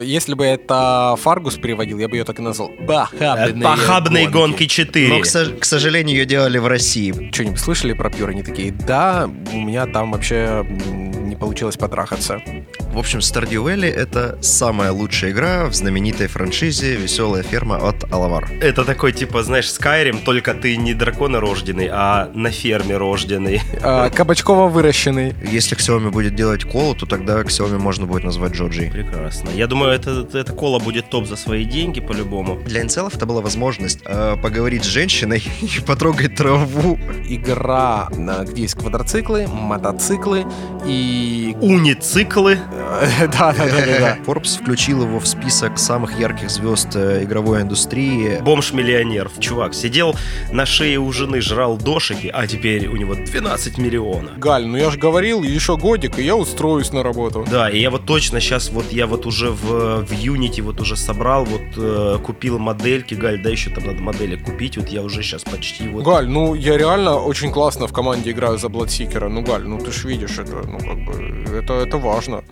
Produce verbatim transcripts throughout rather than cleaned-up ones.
Если бы это Фаргус переводил, я бы ее так и назвал. Похабные, Похабные гонки. гонки четыре. Но, к, со- к сожалению, ее делали в России. Что-нибудь слышали про Пьюр? Они такие, да, у меня там вообще м, не получилось потрахаться. В общем, Stardew Valley — это самая лучшая игра в знаменитой франшизе «Веселая ферма» от Alamar. Это такой, типа, знаешь, Skyrim, только ты не драконорожденный, а на ферме рожденный. А, кабачково выращенный. Если Xiaomi будет делать колу, то тогда Xiaomi можно будет назвать Джоджи. Прекрасно. Я думаю, это, это кола будет топ за свои деньги, по-любому. Для инцелов это была возможность э, поговорить с женщиной и потрогать траву. Игра, на- где есть квадроциклы, мотоциклы и... Унициклы. Да-да-да. Forbes включил его в список самых ярких звезд э, игровой индустрии. Бомж-миллионер. Чувак сидел на шее у жены, жрал дошики, а теперь у него двенадцать миллионов. Галь, ну я же говорил, еще годик, и я устроюсь на работу. Да, и я вот точно сейчас, вот я вот уже в, в Unity вот уже собрал, вот э, купил модельки, Галь, да еще там надо модели купить, вот я уже сейчас почти вот... Галь, ну я реально очень классно в команде играю за Бладсикера. Ну, Галь, ну ты ж видишь это, ну как бы, это, это важно.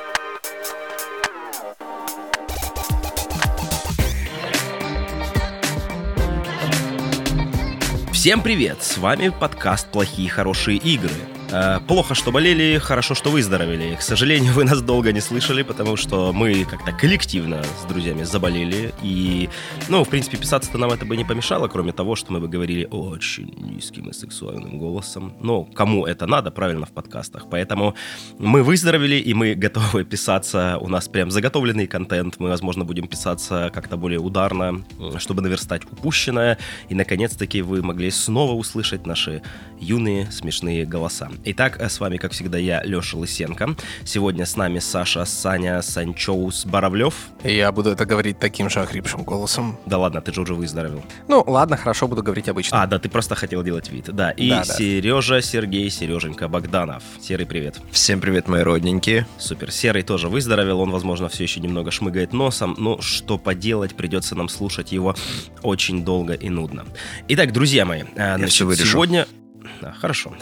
Всем привет, с вами подкаст «Плохие хорошие игры». Э, Плохо, что болели, хорошо, что выздоровели. К сожалению, вы нас долго не слышали, потому что мы как-то коллективно с друзьями заболели. И, ну, в принципе, писаться-то нам это бы не помешало, кроме того, что мы бы говорили очень низким и сексуальным голосом. Но кому это надо, правильно, в подкастах. Поэтому мы выздоровели, и мы готовы писаться. У нас прям заготовленный контент. Мы, возможно, будем писаться как-то более ударно, чтобы наверстать упущенное. И, наконец-таки, вы могли снова услышать наши юные смешные голоса. Итак, с вами, как всегда, я, Леша Лысенко. Сегодня с нами Саша, Саня, Санчоус, Боровлев. Я буду это говорить таким же охрипшим голосом. Да ладно, ты же уже выздоровел. Ну, ладно, хорошо, буду говорить обычно. А, да, ты просто хотел делать вид. Да, и Да, да. Сережа, Сергей, Сереженька Богданов. Серый, привет. Всем привет, мои родненькие. Супер. Серый тоже выздоровел, он, возможно, все еще немного шмыгает носом, но что поделать, придется нам слушать его очень долго и нудно. Итак, друзья мои, э, значит, всё вырежу. сегодня... Да, хорошо.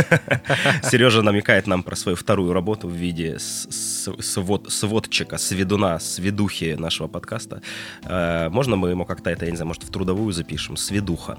Сережа намекает нам про свою вторую работу в виде с- с- свод- сводчика, сведуна, сведухи нашего подкаста. Э, Можно мы ему как-то это, я не знаю, может, в трудовую запишем? Сведуха.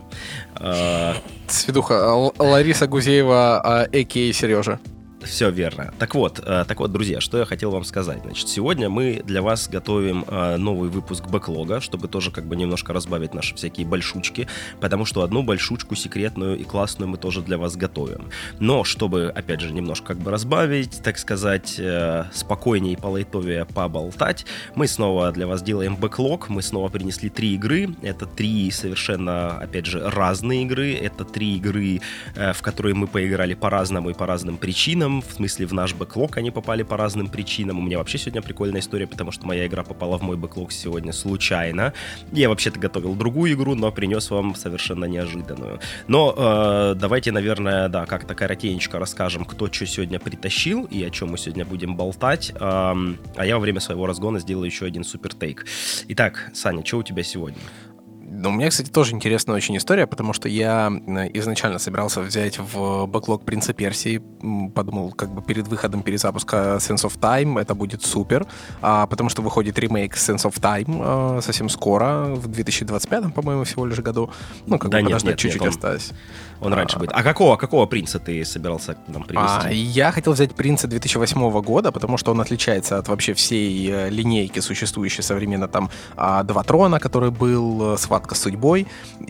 Э, Сведуха, Л- Лариса Гузеева, а, а ка а. Сережа. Все верно. Так вот, э, так вот, друзья, что я хотел вам сказать. Значит, сегодня мы для вас готовим э, новый выпуск бэклога, чтобы тоже как бы немножко разбавить наши всякие большучки, потому что одну большучку секретную и классную мы тоже для вас готовим. Но чтобы, опять же, немножко как бы разбавить, так сказать, э, спокойнее и полайтовее поболтать, мы снова для вас делаем бэклог. Мы снова принесли три игры. Это три совершенно, опять же, разные игры. Это три игры, э, в которые мы поиграли по-разному и по разным причинам. В смысле, в наш бэклог они попали по разным причинам. У меня вообще сегодня прикольная история, потому что моя игра попала в мой бэклог сегодня случайно. Я вообще-то готовил другую игру, но принес вам совершенно неожиданную. Но э, давайте, наверное, да, как-то коротенько расскажем, кто что сегодня притащил и о чем мы сегодня будем болтать. Эм, а я во время своего разгона сделаю еще один супер-тейк. Итак, Саня, что у тебя сегодня? Ну, у меня, кстати, тоже интересная очень история, потому что я э, изначально собирался взять в бэклог «Принца Персии». М, Подумал, как бы перед выходом перезапуска Sense of Time это будет супер, а, потому что выходит ремейк Sense of Time э, совсем скоро, в две тысячи двадцать пятом, по-моему, всего лишь году. Ну, как Да бы нет, подождать нет, чуть-чуть нет, он- осталось. Он раньше будет. А какого, какого принца ты собирался нам привезти? А, я хотел взять «Принца» две тысячи восьмого года, потому что он отличается от вообще всей э, линейки, существующей современно. Там а, «Два трона», который был, э, «Схватка с судьбой».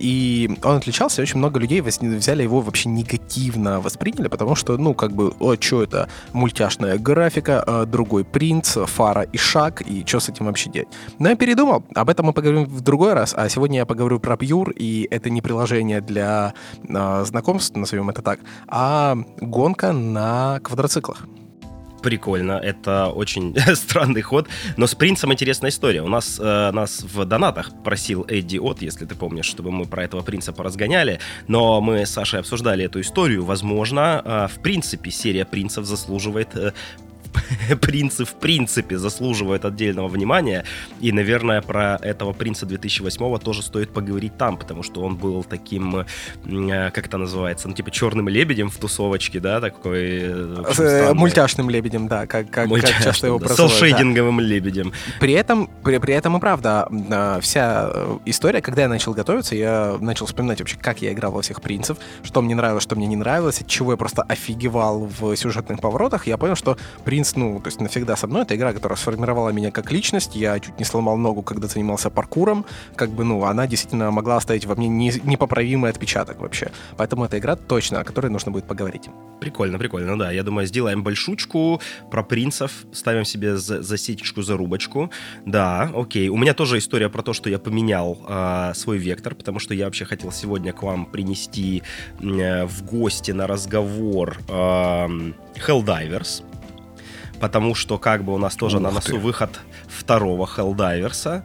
И он отличался, и очень много людей воз- взяли его вообще негативно восприняли, потому что, ну, как бы, о, что это, мультяшная графика, э, другой принц, фара и шаг, и что с этим вообще делать? Но я передумал, об этом мы поговорим в другой раз, а сегодня я поговорю про Пьюр, и это не приложение для э, знакомств, назовем это так, а гонка на квадроциклах. Прикольно, это очень странный ход, но с принцем интересная история. У нас, э, нас в донатах просил Эдди От, если ты помнишь, чтобы мы про этого принца поразгоняли, но мы с Сашей обсуждали эту историю. Возможно, э, в принципе, серия принцев заслуживает... Э, принцы в принципе заслуживают отдельного внимания, и, наверное, про этого принца две тысячи восьмого тоже стоит поговорить там, потому что он был таким, как это называется, ну, типа черным лебедем в тусовочке, да, такой... Мультяшным лебедем, да, как, как, Мультяшным, как часто его да, прозывают. селшейдинговым да. лебедем. При этом, при, при этом и правда, вся история, когда я начал готовиться, я начал вспоминать вообще, как я играл во всех принцев, что мне нравилось, что мне не нравилось, от чего я просто офигевал в сюжетных поворотах. Я понял, что принц, ну, то есть навсегда со мной, это игра, которая сформировала меня как личность. Я чуть не сломал ногу, когда занимался паркуром. Как бы, ну, она действительно могла оставить во мне не, непоправимый отпечаток вообще. Поэтому эта игра точно, о которой нужно будет поговорить. Прикольно, прикольно, да. Я думаю, сделаем большучку про принцев, ставим себе за, засечечку, зарубочку. Да, окей. У меня тоже история про то, что я поменял э, свой вектор, потому что я вообще хотел сегодня к вам принести э, в гости на разговор э, Helldivers, потому что как бы у нас тоже Ух на носу ты. выход второго Helldivers'а,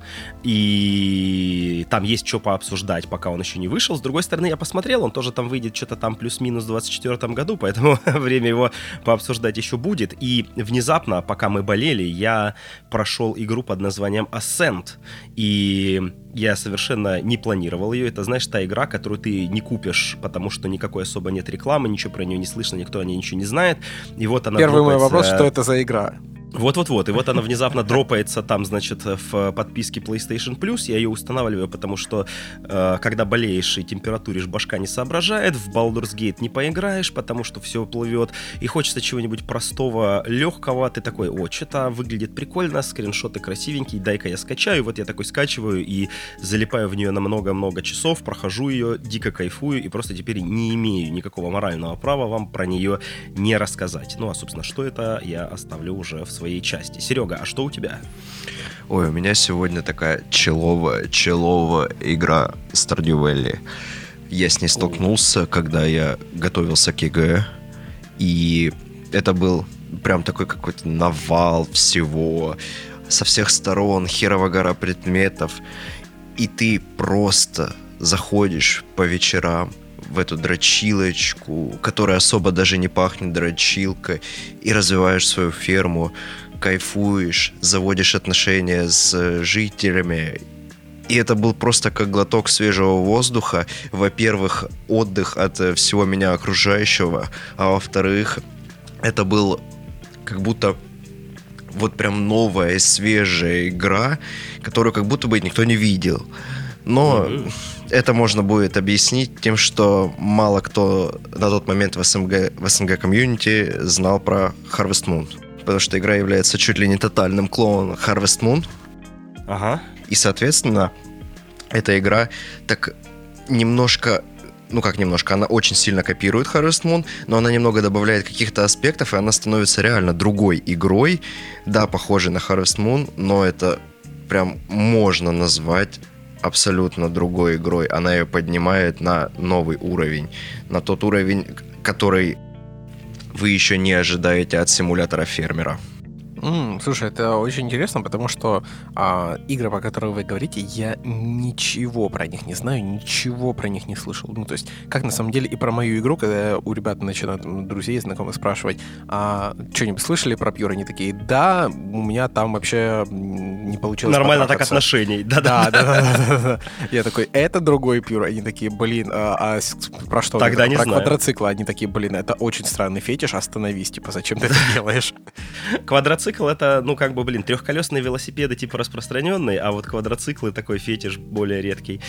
и там есть что пообсуждать, пока он еще не вышел. С другой стороны, я посмотрел, он тоже там выйдет что-то там плюс-минус в двадцать четвёртом году, поэтому время его пообсуждать еще будет. И внезапно, пока мы болели, я прошел игру под названием Ascent, и я совершенно не планировал ее. Это, знаешь, та игра, которую ты не купишь, потому что никакой особо нет рекламы, ничего про нее не слышно, никто о ней ничего не знает. И вот она Первый мой дропается... вопрос, что это за игра? Вот-вот-вот, и вот она внезапно дропается там, значит, в подписке PlayStation Plus, я ее устанавливаю, потому что, э, когда болеешь и температуришь, башка не соображает, в Baldur's Gate не поиграешь, потому что все плывет, и хочется чего-нибудь простого, легкого, ты такой, о, что-то выглядит прикольно, скриншоты красивенькие, дай-ка я скачаю, вот я такой скачиваю и залипаю в нее на много-много часов, прохожу ее, дико кайфую, и просто теперь не имею никакого морального права вам про нее не рассказать. Ну, а, собственно, что это, я оставлю уже в своей части. Серега, а что у тебя? Ой, у меня сегодня такая человая, человая игра Stardew Valley. Я с ней столкнулся, когда я готовился к ЕГЭ, и это был прям такой какой-то навал всего, со всех сторон, херова гора предметов, и ты просто заходишь по вечерам в эту дрочилочку, которая особо даже не пахнет дрочилкой, и развиваешь свою ферму, кайфуешь, заводишь отношения с жителями. И это был просто как глоток свежего воздуха. Во-первых, отдых от всего меня окружающего, а во-вторых, это был как будто вот прям новая, свежая игра, которую как будто бы никто не видел. Но mm-hmm. это можно будет объяснить тем, что мало кто на тот момент в СНГ, в СНГ комьюнити знал про Harvest Moon. Потому что игра является чуть ли не тотальным клоном Harvest Moon. Ага. И, соответственно, эта игра так немножко... Ну, как немножко, она очень сильно копирует Harvest Moon, но она немного добавляет каких-то аспектов, и она становится реально другой игрой. Да, похожей на Harvest Moon, но это прям можно назвать абсолютно другой игрой. Она ее поднимает на новый уровень. На тот уровень, который вы еще не ожидаете от симулятора фермера. Mm, слушай, это очень интересно, потому что а, игры, по которым вы говорите, я ничего про них не знаю, ничего про них не слышал. Ну, то есть, как на самом деле и про мою игру, когда у ребят начинают, друзей, знакомых спрашивать, а что-нибудь слышали про Pure? Они такие, да, у меня там вообще не получилось нормально так потрахаться. Отношений. Да-да-да. Я такой, это другой Pure. Они такие, блин, а про что? Тогда не знаю. Про квадроциклы. Они такие, блин, это очень странный фетиш, остановись, типа, зачем ты это делаешь? Квадроцикл это, ну, как бы, блин, трехколесные велосипеды типа распространенные, а вот квадроциклы такой фетиш более редкий.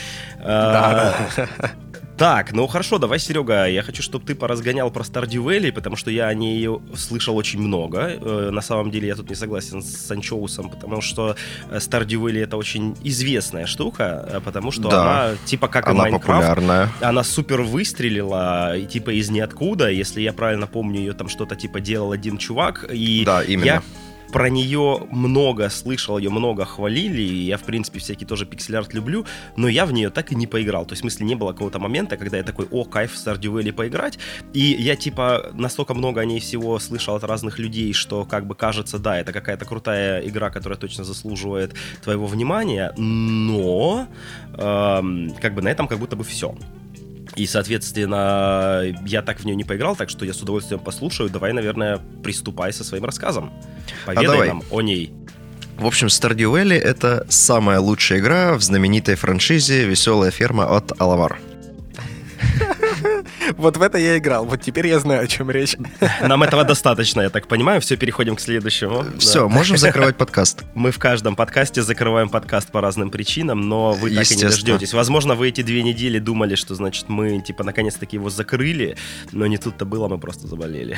Да, да. Так, ну хорошо, давай, Серега, я хочу, чтобы ты поразгонял про Stardew Valley, потому что я о ней слышал очень много. На самом деле я тут не согласен с Анчоусом, потому что Stardew Valley это очень известная штука, потому что да. она, типа как она и Майнкрафт, популярная. Она супер выстрелила, типа из ниоткуда, если я правильно помню, ее там что-то типа делал один чувак, и да, именно. я про нее много слышал, ее много хвалили, и я, в принципе, всякий тоже пиксель-арт люблю, но я в нее так и не поиграл. То есть, в смысле, не было какого-то момента, когда я такой, о, кайф в Stardew Valley поиграть, и я, типа, настолько много о ней всего слышал от разных людей, что, как бы, кажется, да, это какая-то крутая игра, которая точно заслуживает твоего внимания, но, эм, как бы, на этом как будто бы все. И, соответственно, я так в нее не поиграл, так что я с удовольствием послушаю. Давай, наверное, приступай со своим рассказом. Поведай а нам о ней. В общем, Stardew Valley — это самая лучшая игра в знаменитой франшизе «Веселая ферма» от Alamar. Вот в это я играл, вот теперь я знаю, о чем речь. Нам этого достаточно, я так понимаю. Все, переходим к следующему. Все, да. Можем закрывать подкаст. Мы в каждом подкасте закрываем подкаст по разным причинам, но вы так и не дождетесь. Возможно, вы эти две недели думали, что, значит, мы, типа, наконец-таки его закрыли, но не тут-то было, мы просто заболели.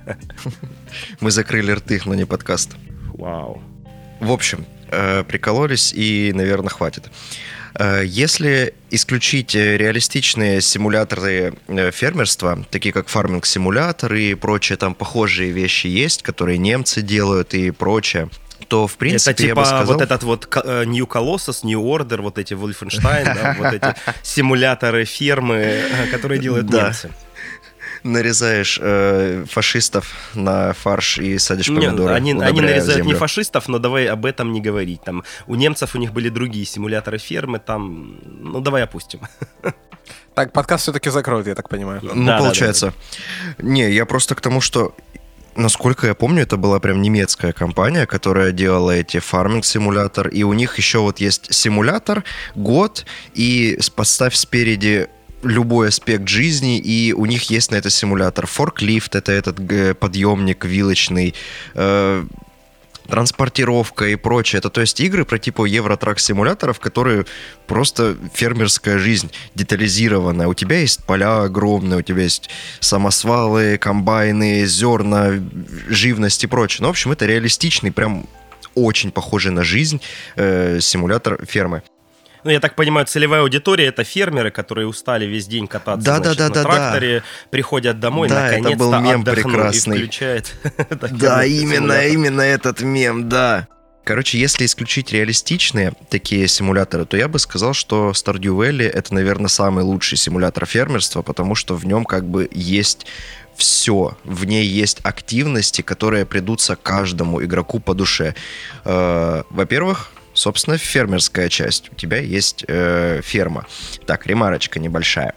Мы закрыли рты, но не подкаст. Вау. В общем, э, прикололись и, наверное, хватит. Э, если исключить реалистичные симуляторы фермерства, такие как фарминг-симулятор и прочие там похожие вещи есть, которые немцы делают и прочее, то, в принципе, это типа я бы сказал... вот этот вот New Colossus, New Order, вот эти Wolfenstein, да, вот эти симуляторы фермы, которые делают немцы. Нарезаешь э, фашистов на фарш и садишь помидоры. Они, они нарезают землю. Не фашистов, но давай об этом не говорить. Там, у немцев у них были другие симуляторы фермы, там, ну давай опустим. Так, подкаст все-таки закроют, я так понимаю. Ну, да, получается. Да, да, да. Не, я просто к тому, что, насколько я помню, это была прям немецкая компания, которая делала эти фарминг-симулятор, и у них еще вот есть симулятор, год, и поставь спереди любой аспект жизни, и у них есть на это симулятор. Форклифт — это этот г- подъемник вилочный, э, транспортировка и прочее. Это, то есть, игры про типа Евротрак-симуляторов, которые просто фермерская жизнь детализированная. У тебя есть поля огромные, у тебя есть самосвалы, комбайны, зерна, живность и прочее. Ну, в общем, это реалистичный, прям очень похожий на жизнь э, симулятор фермы. Ну, я так понимаю, целевая аудитория — это фермеры, которые устали весь день кататься, да, значит, да, на да, тракторе, да. приходят домой, да, наконец-то это был мем отдохнут прекрасный. И включает... Да, именно, именно этот мем, да. Короче, если исключить реалистичные такие симуляторы, то я бы сказал, что Stardew Valley — это, наверное, самый лучший симулятор фермерства, потому что в нем как бы есть все. В ней есть активности, которые придутся каждому игроку по душе. Во-первых, собственно, фермерская часть. У тебя есть э, ферма. Так, ремарочка небольшая.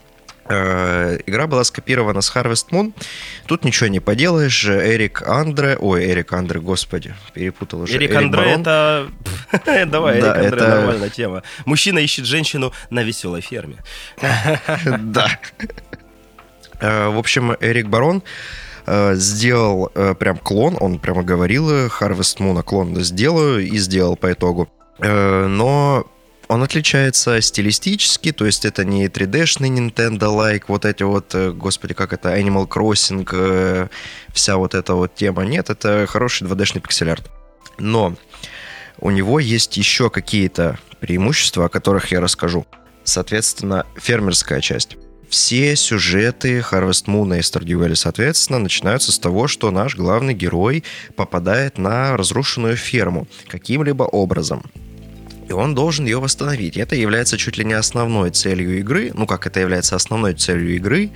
Э, игра была скопирована с Harvest Moon. Тут ничего не поделаешь. Эрик Андре... Ой, Эрик Андре, господи, перепутал уже. Эрик, Эрик Андре — это... Давай, да, Эрик Андре, это... нормальная тема. Мужчина ищет женщину на веселой ферме. Да. В общем, Эрик Барон сделал э, прям клон, он прямо говорил, Harvest Moon клон сделаю, и сделал по итогу. Э, но он отличается стилистически, то есть это не три дэ-шный Nintendo-like, вот эти вот, э, господи, как это, Animal Crossing, э, вся вот эта вот тема. Нет, это хороший два дэ-шный пиксель-арт. Но у него есть еще какие-то преимущества, о которых я расскажу. Соответственно, фермерская часть. Все сюжеты Harvest Moon и Stardew Valley, соответственно, начинаются с того, что наш главный герой попадает на разрушенную ферму каким-либо образом. И он должен ее восстановить. И это является чуть ли не основной целью игры. Ну, как это является основной целью игры,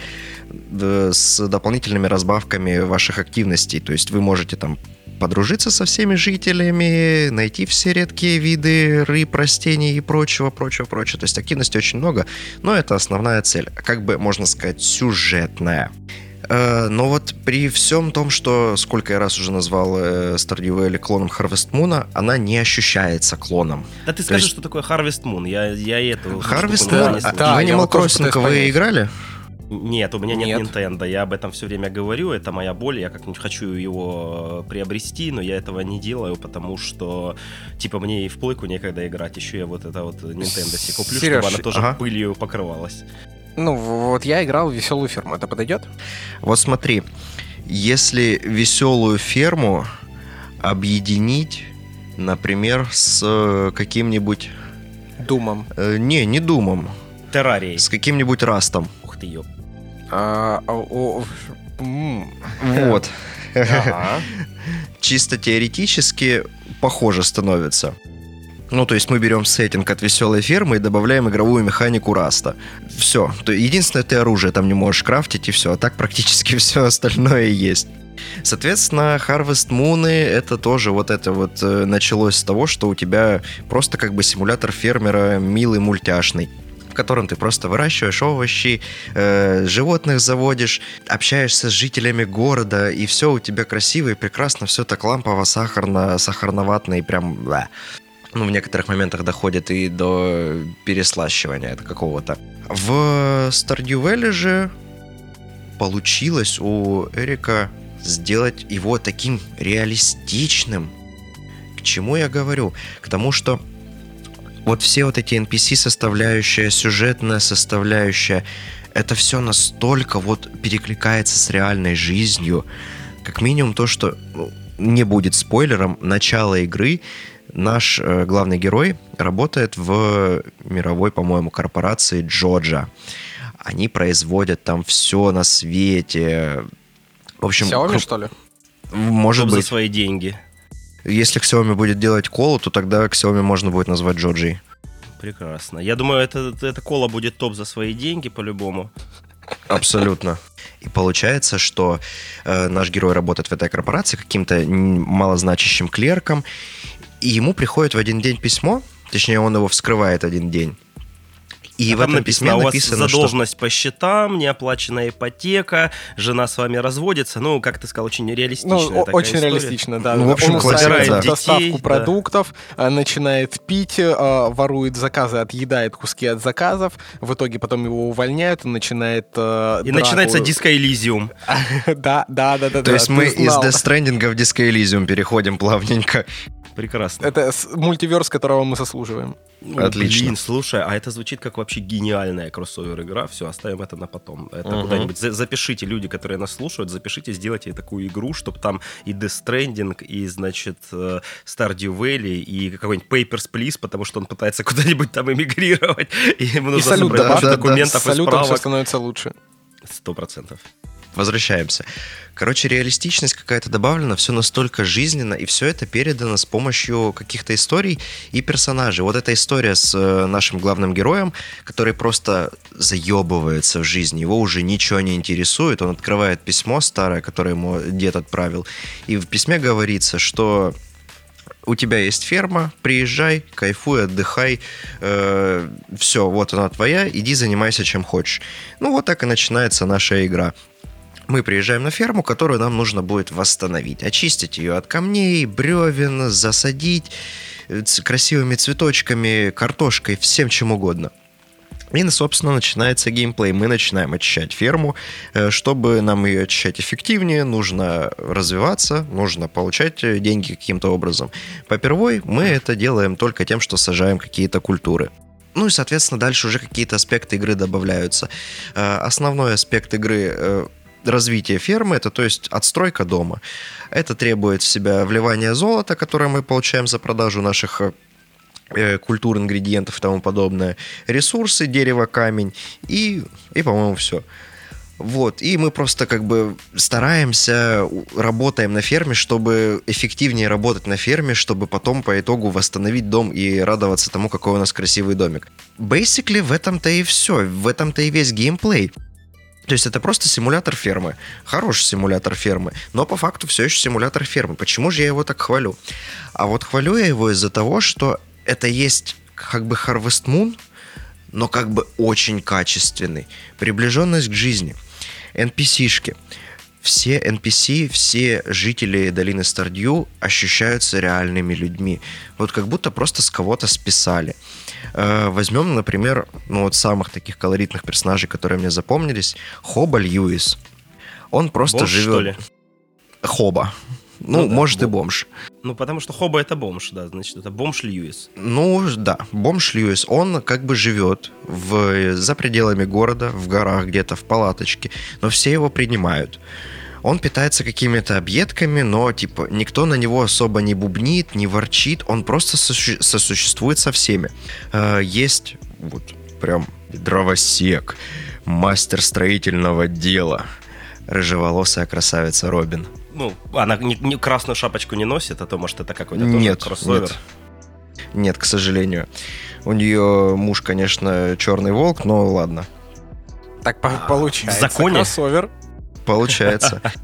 с дополнительными разбавками ваших активностей. То есть вы можете там подружиться со всеми жителями, найти все редкие виды рыб, растений и прочего, прочего, прочего. То есть активности очень много, но это основная цель. Как бы, можно сказать, сюжетная. Но вот при всем том, что, сколько я раз уже назвал Stardew Valley клоном Harvest Moon, она не ощущается клоном. Да ты скажи, есть... что такое Harvest Moon. Я, я эту... Harvest Moon? А, да, Animal Crossing вы играли? Нет, у меня нет, нет Nintendo, я об этом все время говорю, это моя боль, я как-нибудь хочу его приобрести, но я этого не делаю, потому что, типа, мне и в плойку некогда играть, еще я вот это вот Nintendo себе куплю, Сереж, чтобы она тоже ага. пылью покрывалась. Ну, вот я играл в «Веселую ферму», это подойдет? Вот смотри, если «Веселую ферму» объединить, например, с каким-нибудь... Думом. Э, не, не Думом. Террарией. С каким-нибудь Растом. Ух ты, ёп. А, о, о, вот. Ага. Чисто теоретически похоже становится. Ну, то есть мы берем сеттинг от «Веселой фермы» и добавляем игровую механику Раста. Все. Единственное, ты оружие там не можешь крафтить, и все. А так практически все остальное есть. Соответственно, Harvest Moon — это тоже вот это вот началось с того, что у тебя просто как бы симулятор фермера милый, мультяшный, в котором ты просто выращиваешь овощи, э, животных заводишь, общаешься с жителями города, и все у тебя красиво и прекрасно, все так лампово, сахарно, сахарноватно и прям... Бля. Ну, в некоторых моментах доходит и до переслащивания какого-то. В Stardew Valley же получилось у Эрика сделать его таким реалистичным. К чему я говорю? К тому, что вот все вот эти эн пи си-составляющая, сюжетная составляющая, это все настолько вот перекликается с реальной жизнью. Как минимум то, что ну, не будет спойлером, начало игры наш э, главный герой работает в мировой, по-моему, корпорации Джоджа. Они производят там все на свете. В общем, Xiaomi, круп... что ли? Может Чтоб быть. за свои деньги. Если Xiaomi будет делать колу, то тогда Xiaomi можно будет назвать Джоджей. Прекрасно. Я думаю, это, это кола будет топ за свои деньги по-любому. Абсолютно. И получается, что э, наш герой работает в этой корпорации каким-то малозначащим клерком, и ему приходит в один день письмо, точнее, он его вскрывает один день. И а в там этом написано, письме у вас написано, задолженность что... по счетам, неоплаченная ипотека, жена с вами разводится. Ну, как ты сказал, очень реалистичная Ну, такая очень история. реалистично, да. Ну, в общем, он классика, устраивает да. доставку Детей, продуктов, да. начинает пить, ворует заказы, отъедает куски от заказов. В итоге потом его увольняют, он начинает... И драку... начинается Disco Elysium. Да, да, да, да. То есть мы из Death Stranding в Disco Elysium переходим плавненько. Прекрасно. Это мультиверс, которого мы заслуживаем. Ну, Отлично. Блин, слушай, а это звучит как вообще гениальная кроссовер-игра. Все, оставим это на потом. Это Угу. куда-нибудь за- запишите, люди, которые нас слушают, запишите, сделайте такую игру, чтобы там и Death Stranding, и, значит, э, Stardew Valley, и какой-нибудь Papers, Please, потому что он пытается куда-нибудь там эмигрировать, и ему И нужно салют собрать кучу да, да, документов С и салютом все справок. становится лучше. Сто процентов. Возвращаемся. Короче, реалистичность какая-то добавлена, все настолько жизненно, и все это передано с помощью каких-то историй и персонажей. Вот эта история с э, нашим главным героем, который просто заебывается в жизни, его уже ничего не интересует, он открывает письмо старое, которое ему дед отправил, и в письме говорится, что у тебя есть ферма, приезжай, кайфуй, отдыхай, э, все, вот она твоя, иди занимайся чем хочешь. Ну вот так и начинается наша игра. Мы приезжаем на ферму, которую нам нужно будет восстановить. Очистить ее от камней, бревен, засадить с красивыми цветочками, картошкой, всем чем угодно. И, собственно, начинается геймплей. Мы начинаем очищать ферму. Чтобы нам ее очищать эффективнее, нужно развиваться, нужно получать деньги каким-то образом. Попервой мы это делаем только тем, что сажаем какие-то культуры. Ну и, соответственно, дальше уже какие-то аспекты игры добавляются. Основной аспект игры — развитие фермы, это то есть отстройка дома. Это требует в себя вливания золота, которое мы получаем за продажу наших э, культур, ингредиентов и тому подобное, ресурсы, дерево, камень и, и по-моему, все. Вот, и мы просто как бы стараемся, работаем на ферме, чтобы эффективнее работать на ферме, чтобы потом по итогу восстановить дом и радоваться тому, какой у нас красивый домик. Basically, в этом-то и все, в этом-то и весь геймплей. То есть это просто симулятор фермы. Хороший симулятор фермы, но по факту все еще симулятор фермы. Почему же я его так хвалю? А вот хвалю я его из-за того, что это есть как бы Harvest Moon, но как бы очень качественный. Приближенность к жизни. эн пи си-шки. Все эн пи си, все жители долины Стардью ощущаются реальными людьми. Вот как будто просто с кого-то списали. Возьмем, например, ну вот самых таких колоритных персонажей, которые мне запомнились. Хоба Льюис. Он просто Бомж, живет... что ли? Хоба. Ну, Ну да, может, бом- и бомж. Ну, потому что Хоба — это бомж, да, значит, это бомж Льюис. Ну, да, бомж Льюис, он как бы живет в, за пределами города, в горах где-то, в палаточке, но все его принимают. Он питается какими-то объедками, но, типа, никто на него особо не бубнит, не ворчит, он просто сосу- сосуществует со всеми. Э, есть вот прям дровосек, мастер строительного дела, рыжеволосая красавица Робин. Ну, она не, не- красную шапочку не носит, а то, может, это какой-то тоже Нет, кроссовер. нет. Нет, к сожалению. У нее муж, конечно, черный волк, но ладно. Так по- получается. в законе? Кроссовер. Получается.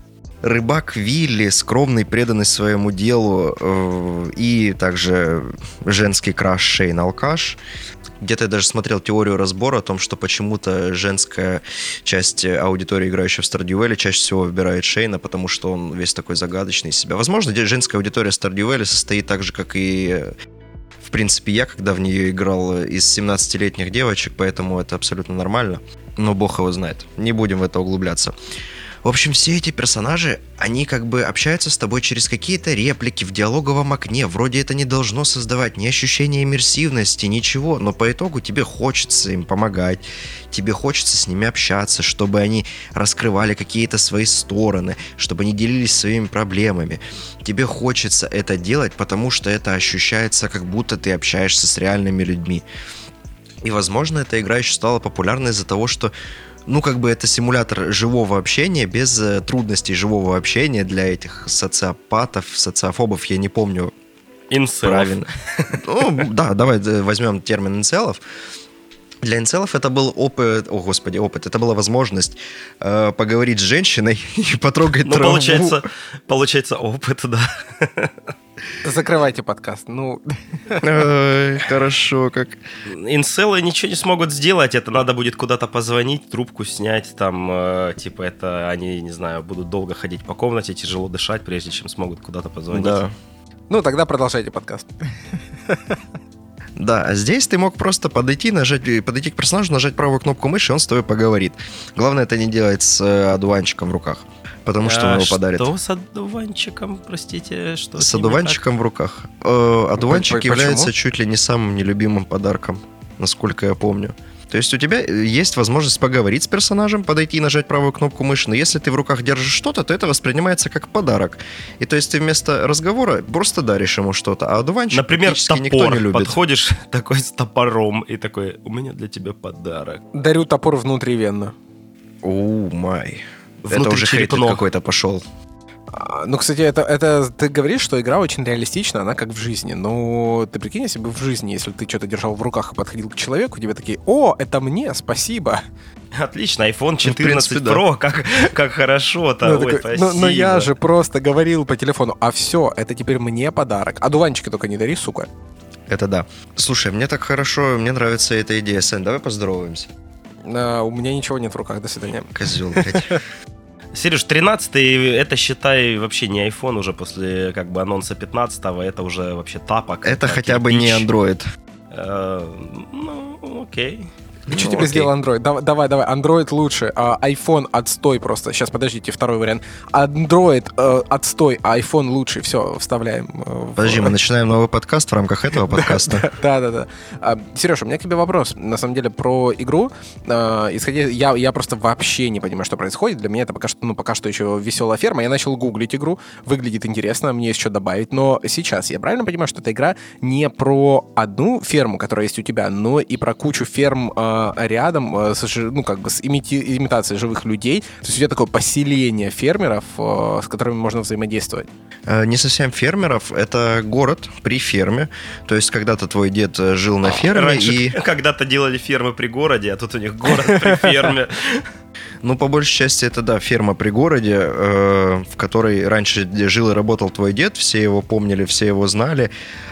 рыбак Вилли, скромный, преданный своему делу, э, и также женский краш Шейн Алкаш. Где-то я даже смотрел теорию разбора о том, что почему-то женская часть аудитории, играющая в Stardew Valley, чаще всего выбирает Шейна, потому что он весь такой загадочный из себя. Возможно, женская аудитория Stardew Valley состоит так же, как и, в принципе, я, когда в нее играл, из семнадцатилетних девочек, поэтому это абсолютно нормально. Но бог его знает. Не будем в это углубляться. В общем, все эти персонажи, они как бы общаются с тобой через какие-то реплики в диалоговом окне. Вроде это не должно создавать ни ощущения иммерсивности, ничего. Но по итогу тебе хочется им помогать. Тебе хочется с ними общаться, чтобы они раскрывали какие-то свои стороны, чтобы они делились своими проблемами. Тебе хочется это делать, потому что это ощущается, как будто ты общаешься с реальными людьми. И, возможно, эта игра еще стала популярной из-за того, что ну, как бы это симулятор живого общения, без э, трудностей живого общения для этих социопатов, социофобов, я не помню. Инцелов. Правильно. Ну, да, давай возьмем термин инцелов. Для инцелов это был опыт, о господи, опыт, это была возможность э, поговорить с женщиной и потрогать ну, траву. Получается, получается опыт, да. Закрывайте подкаст. Ну, Ой, хорошо, как. Инцелы ничего не смогут сделать, это надо будет куда-то позвонить, трубку снять, там, э, типа, это они, не знаю, будут долго ходить по комнате, тяжело дышать, прежде чем смогут куда-то позвонить. Да. ну тогда продолжайте подкаст. Да, а здесь ты мог просто подойти, нажать, подойти к персонажу, нажать правую кнопку мыши, и он с тобой поговорит. Главное это не делать с одуванчиком в руках, потому что а он его подарит. Что с одуванчиком, простите? Что с с ним одуванчиком в руках. Э, одуванчик Почему? является чуть ли не самым нелюбимым подарком, насколько я помню. То есть у тебя есть возможность поговорить с персонажем, подойти и нажать правую кнопку мыши, но если ты в руках держишь что-то, то это воспринимается как подарок. И то есть ты вместо разговора просто даришь ему что-то, а одуванчик Например, практически топор. никто не любит. Подходишь такой с топором и такой, у меня для тебя подарок. Дарю топор внутривенно. Оу май. Это Внутри уже хейтед черепно. какой-то пошел. А, Ну, кстати, это, это ты говоришь, что игра очень реалистична, она как в жизни. Но ты прикинь, если бы в жизни, если ты что-то держал в руках и подходил к человеку, тебе такие: о, это мне, спасибо. Отлично, айфон четырнадцать принципе, да. Pro, как, как хорошо-то. Ну, Ой, такой, спасибо. но, но я же просто говорил по телефону, а все, это теперь мне подарок. А дуванчики только не дари, сука. Это да. Слушай, мне так хорошо, мне нравится эта идея. Сэн, давай поздороваемся. А, у меня ничего нет в руках, до свидания. Козел, блядь. Сереж, тринадцатый, это, считай, вообще не iPhone уже после как бы анонса пятнадцатого, это уже вообще тапок. Это хотя бы не Android. Э, Ну, окей. И что Ну, тебе окей. сделал Android? Давай, давай, давай, Android лучше, а iPhone отстой просто. Сейчас, подождите, второй вариант. Android э, отстой, а iPhone лучше. Все, вставляем. э, в- Подожди, мы начинаем новый подкаст в рамках этого подкаста. Да-да-да. А, Сереж, у меня к тебе вопрос. На самом деле, про игру. А, исходя, я, я просто вообще не понимаю, что происходит. Для меня это пока что, ну, пока что еще веселая ферма. Я начал гуглить игру. Выглядит интересно, мне есть что добавить. Но сейчас я правильно понимаю, что эта игра не про одну ферму, которая есть у тебя, но и про кучу ферм а, рядом, а, с, жи- ну, как бы с имити- имитацией живых людей. То есть у тебя такое поселение фермеров, а, с которыми можно взаимодействовать. Э, Не совсем фермеров, это город при ферме. То есть когда-то твой дед э, жил на ферме Раньше и... когда-то делали фермы при городе, а тут у них город при ферме. Ну, по большей части, это, да, ферма при городе, э, в которой раньше жил и работал твой дед, все его помнили, все его знали.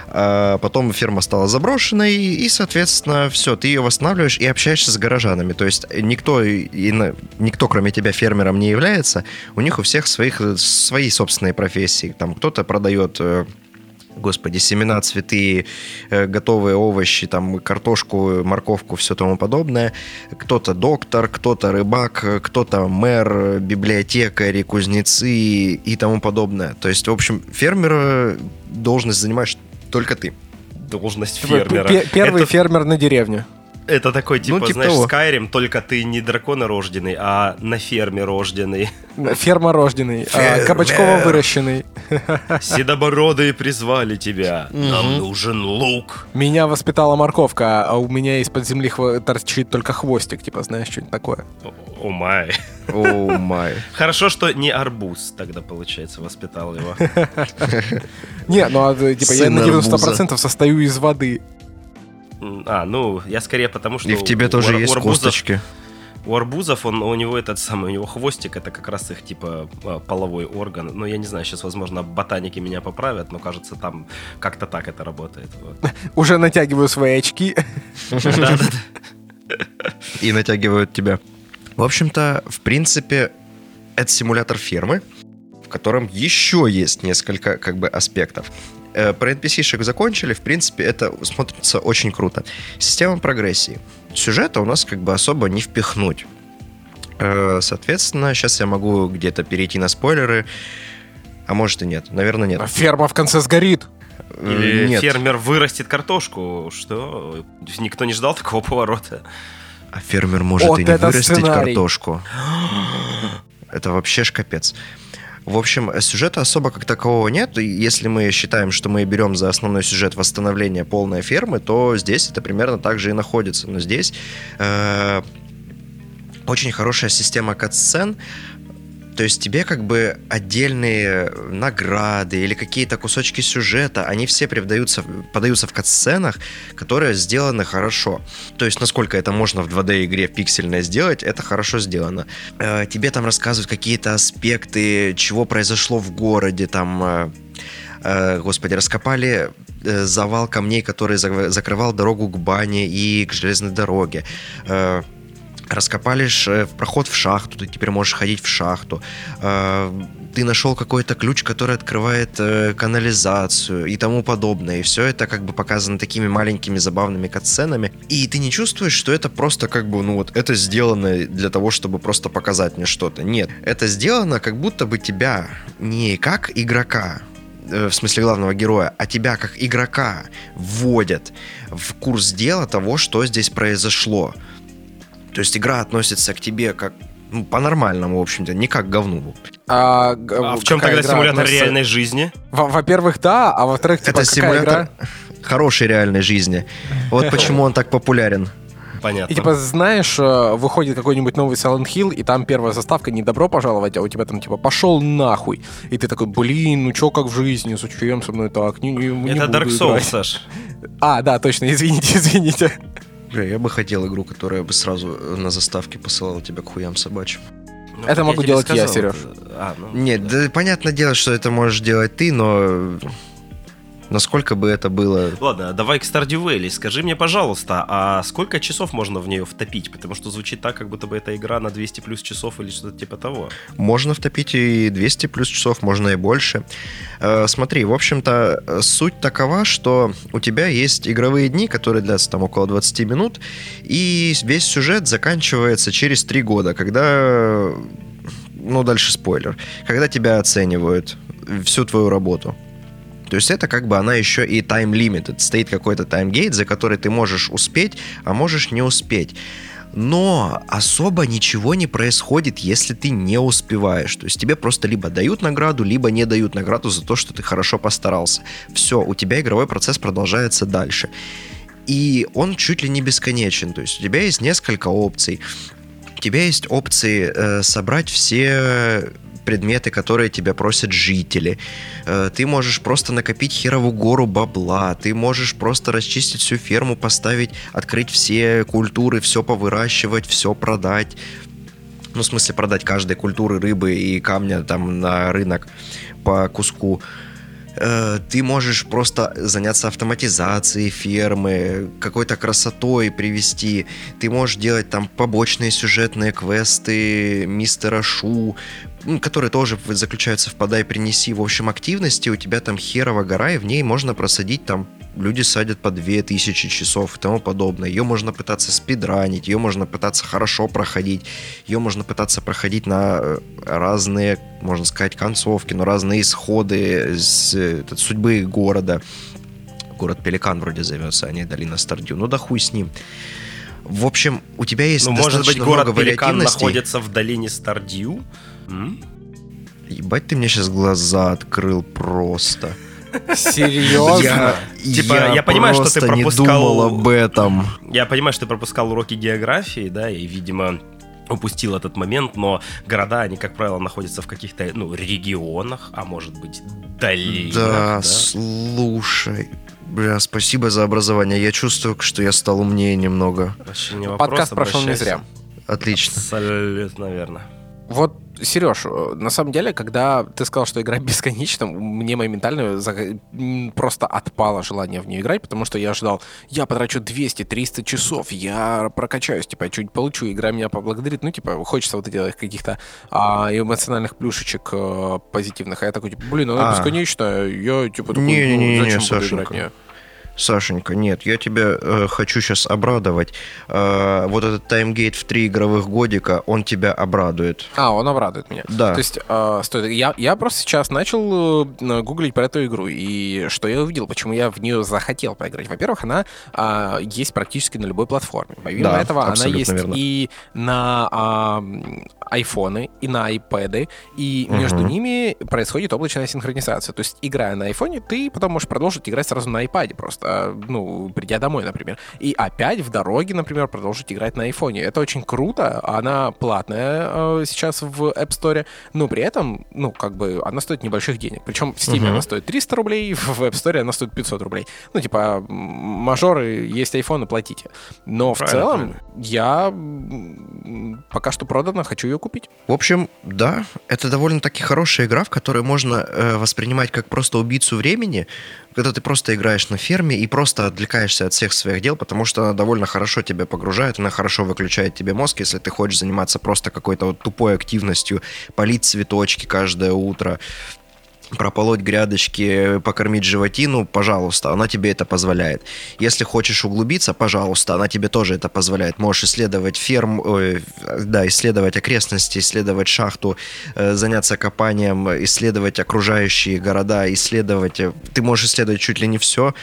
А потом ферма стала заброшенной, и, соответственно, все, ты ее восстанавливаешь и общаешься с горожанами. То есть никто, и, на- никто кроме тебя, фермером не является. У них у всех своих, свои собственные профессии. Там кто-то продает... э, Господи, семена, цветы, э, готовые овощи, там, картошку, морковку, все тому подобное. Кто-то доктор, кто-то рыбак, э, кто-то мэр, библиотекари, кузнецы и тому подобное. То есть, в общем, фермера должность занимаешь только ты. Должность Типа, фермера. пе- Первый Это- фермер на деревне. Это такой, типа, Ну, типа знаешь, того. Skyrim, только ты не драконорожденный, а на ферме рожденный. Ферма рожденный, а, Фермер. кабачково выращенный. Седобородые призвали тебя. Нам нужен лук. Меня воспитала морковка, а у меня из-под земли хво- торчит только хвостик, типа, знаешь, что-нибудь такое. О май. О май. Хорошо, что не арбуз тогда, получается, воспитал его. Не, ну, а, типа, я Сын на девяносто арбуза. процентов состою из воды. А, ну, я скорее потому, что... И в тебе у тоже ар- есть у арбузов- косточки. У арбузов, он, у него этот самый, у него хвостик, это как раз их, типа, половой орган. Ну, я не знаю, сейчас, возможно, ботаники меня поправят, но, кажется, там как-то так это работает. Вот. Уже натягиваю свои очки. И натягивают тебя. В общем-то, в принципе, это симулятор фермы, в котором еще есть несколько, как бы, аспектов. Про эн пи си-шек закончили, в принципе, это смотрится очень круто. Система прогрессии. Сюжета у нас как бы особо не впихнуть. Соответственно, сейчас я могу где-то перейти на спойлеры, а может и нет. Наверное, нет. Ферма в конце сгорит. Или нет. Фермер вырастет картошку. Что? Никто не ждал такого поворота. А фермер может вот и не вырастить сценарий. картошку. Это вообще ж капец. В общем, сюжета особо как такового нет. И если мы считаем, что мы берем за основной сюжет восстановление полной фермы, то здесь это примерно так же и находится. Но здесь э, очень хорошая система кат-сцен. То есть тебе как бы отдельные награды или какие-то кусочки сюжета, они все подаются, подаются в кат-сценах, которые сделаны хорошо. То есть насколько это можно в два дэ-игре пиксельно сделать, это хорошо сделано. Э, тебе там рассказывают какие-то аспекты, чего произошло в городе, там... Э, э, господи, раскопали э, завал камней, который за- закрывал дорогу к бане и к железной дороге. Э, Раскопали ш- проход в шахту, ты теперь можешь ходить в шахту. Э, ты нашел какой-то ключ, который открывает э, канализацию и тому подобное. И все это как бы показано такими маленькими забавными катсценами. И ты не чувствуешь, что это просто как бы, ну вот, это сделано для того, чтобы просто показать мне что-то. Нет, это сделано как будто бы тебя не как игрока, в смысле главного героя, а тебя как игрока вводят в курс дела того, что здесь произошло. То есть игра относится к тебе как, ну, по-нормальному, в общем-то, не как к говну. А, а в чем тогда симулятор относится... реальной жизни? Во- во-первых, да, а во-вторых, типа, это симулятор игра? Хорошей реальной жизни. Вот почему он так популярен. Понятно. И типа, знаешь, выходит какой-нибудь новый Silent Hill, и там первая заставка не «Добро пожаловать», а у тебя там типа «Пошел нахуй». И ты такой, блин, ну чё как в жизни, зачем со мной так? Не, не, не это Dark Souls, Саш. А, да, точно, извините, извините. Бля, я бы хотел игру, которая бы сразу на заставке посылала тебя к хуям собачьим. Ну, это могу делать я, Сереж. А, ну, Нет, да. да понятное дело, что это можешь делать ты, но насколько бы это было... Ладно, давай к Stardew Valley. Скажи мне, пожалуйста, а сколько часов можно в нее втопить? Потому что звучит так, как будто бы эта игра на двести плюс часов или что-то типа того. Можно втопить и двести плюс часов, можно и больше. Э, смотри, в общем-то, суть такова, что у тебя есть игровые дни, которые длятся там около двадцать минут, и весь сюжет заканчивается через три года, когда... Ну, дальше спойлер. Когда тебя оценивают, всю твою работу. То есть это как бы она еще и time-limited. Стоит какой-то таймгейт, за который ты можешь успеть, а можешь не успеть. Но особо ничего не происходит, если ты не успеваешь. То есть тебе просто либо дают награду, либо не дают награду за то, что ты хорошо постарался. Все, у тебя игровой процесс продолжается дальше. И он чуть ли не бесконечен. То есть у тебя есть несколько опций. У тебя есть опции э, собрать все... предметы, которые тебя просят жители. Ты можешь просто накопить херову гору бабла. Ты можешь просто расчистить всю ферму, поставить, открыть все культуры, все повыращивать, все продать. Ну, в смысле, продать каждой культуры рыбы и камня там на рынок по куску. Ты можешь просто заняться автоматизацией фермы, какой-то красотой привести. Ты можешь делать там побочные сюжетные квесты мистера Шу, которые тоже заключаются в «подай, принеси». В общем, активности у тебя там херова гора, и в ней можно просадить там... Люди садят по две тысячи часов и тому подобное. Ее можно пытаться спидранить, ее можно пытаться хорошо проходить, ее можно пытаться проходить на разные, можно сказать, концовки, но разные исходы с, это, судьбы города. Город Пеликан вроде зовется, а не Долина Стардью. Ну да хуй с ним. В общем, у тебя есть ну, достаточно может быть, много город Пеликан вариативностей. находится в долине Стардью? М? Ебать, ты мне сейчас глаза открыл просто. Серьезно? Я, типа, я, я понимаю, что ты пропускал... не думал об этом. Я понимаю, что ты пропускал уроки географии, да, и, видимо, упустил этот момент, но города, они, как правило, находятся в каких-то, ну, регионах, а может быть, долинах. Да, да? Слушай... Бля, спасибо за образование. Я чувствую, что я стал умнее немного. Вообще не вопрос, Подкаст прошел не зря. Отлично. Абсолютно верно. Вот, Сереж, на самом деле, когда ты сказал, что игра бесконечна, мне моментально просто отпало желание в нее играть, потому что я ожидал, я потрачу двести-триста часов, я прокачаюсь, типа, я чуть получу, игра меня поблагодарит, ну, типа, хочется вот этих каких-то а, эмоциональных плюшечек а, позитивных, а я такой, типа, блин, она А. бесконечная, я, типа, такой, Не-не-не, ну, зачем буду Сашенька. играть в нее? Сашенька, нет, я тебя э, хочу сейчас обрадовать. Э, вот этот таймгейт в три игровых годика, он тебя обрадует. А, он обрадует меня. Да. То есть, э, стой, я, я просто сейчас начал э, гуглить про эту игру, и что я увидел, почему я в нее захотел поиграть. Во-первых, она э, есть практически на любой платформе. Помимо Да, этого, она абсолютно есть верно. и на э, айфоны, и на айпэды, и Мгм. между ними происходит облачная синхронизация. То есть, играя на айфоне, ты потом можешь продолжить играть сразу на айпаде просто, э, ну, придя домой, например. И опять в дороге, например, продолжить играть на айфоне. Это очень круто, она платная э, сейчас в App Store, но при этом, ну, как бы, она стоит небольших денег. Причем в Steam Мгм. она стоит триста рублей, в App Store она стоит пятьсот рублей. Ну, типа, м, мажоры, есть айфоны, платите. Но в Правильно, целом правильно. я м, пока что продана, хочу ее купить. В общем, да, это довольно-таки хорошая игра, в которой можно э, воспринимать как просто убийцу времени, когда ты просто играешь на ферме и просто отвлекаешься от всех своих дел, потому что она довольно хорошо тебя погружает, она хорошо выключает тебе мозг, если ты хочешь заниматься просто какой-то вот тупой активностью, полить цветочки каждое утро, прополоть грядочки, покормить животину, пожалуйста, она тебе это позволяет. Если хочешь углубиться, пожалуйста, она тебе тоже это позволяет. Можешь исследовать ферму, ой, да, исследовать окрестности, исследовать шахту, э, заняться копанием, исследовать окружающие города, исследовать... э, Ты можешь исследовать чуть ли не все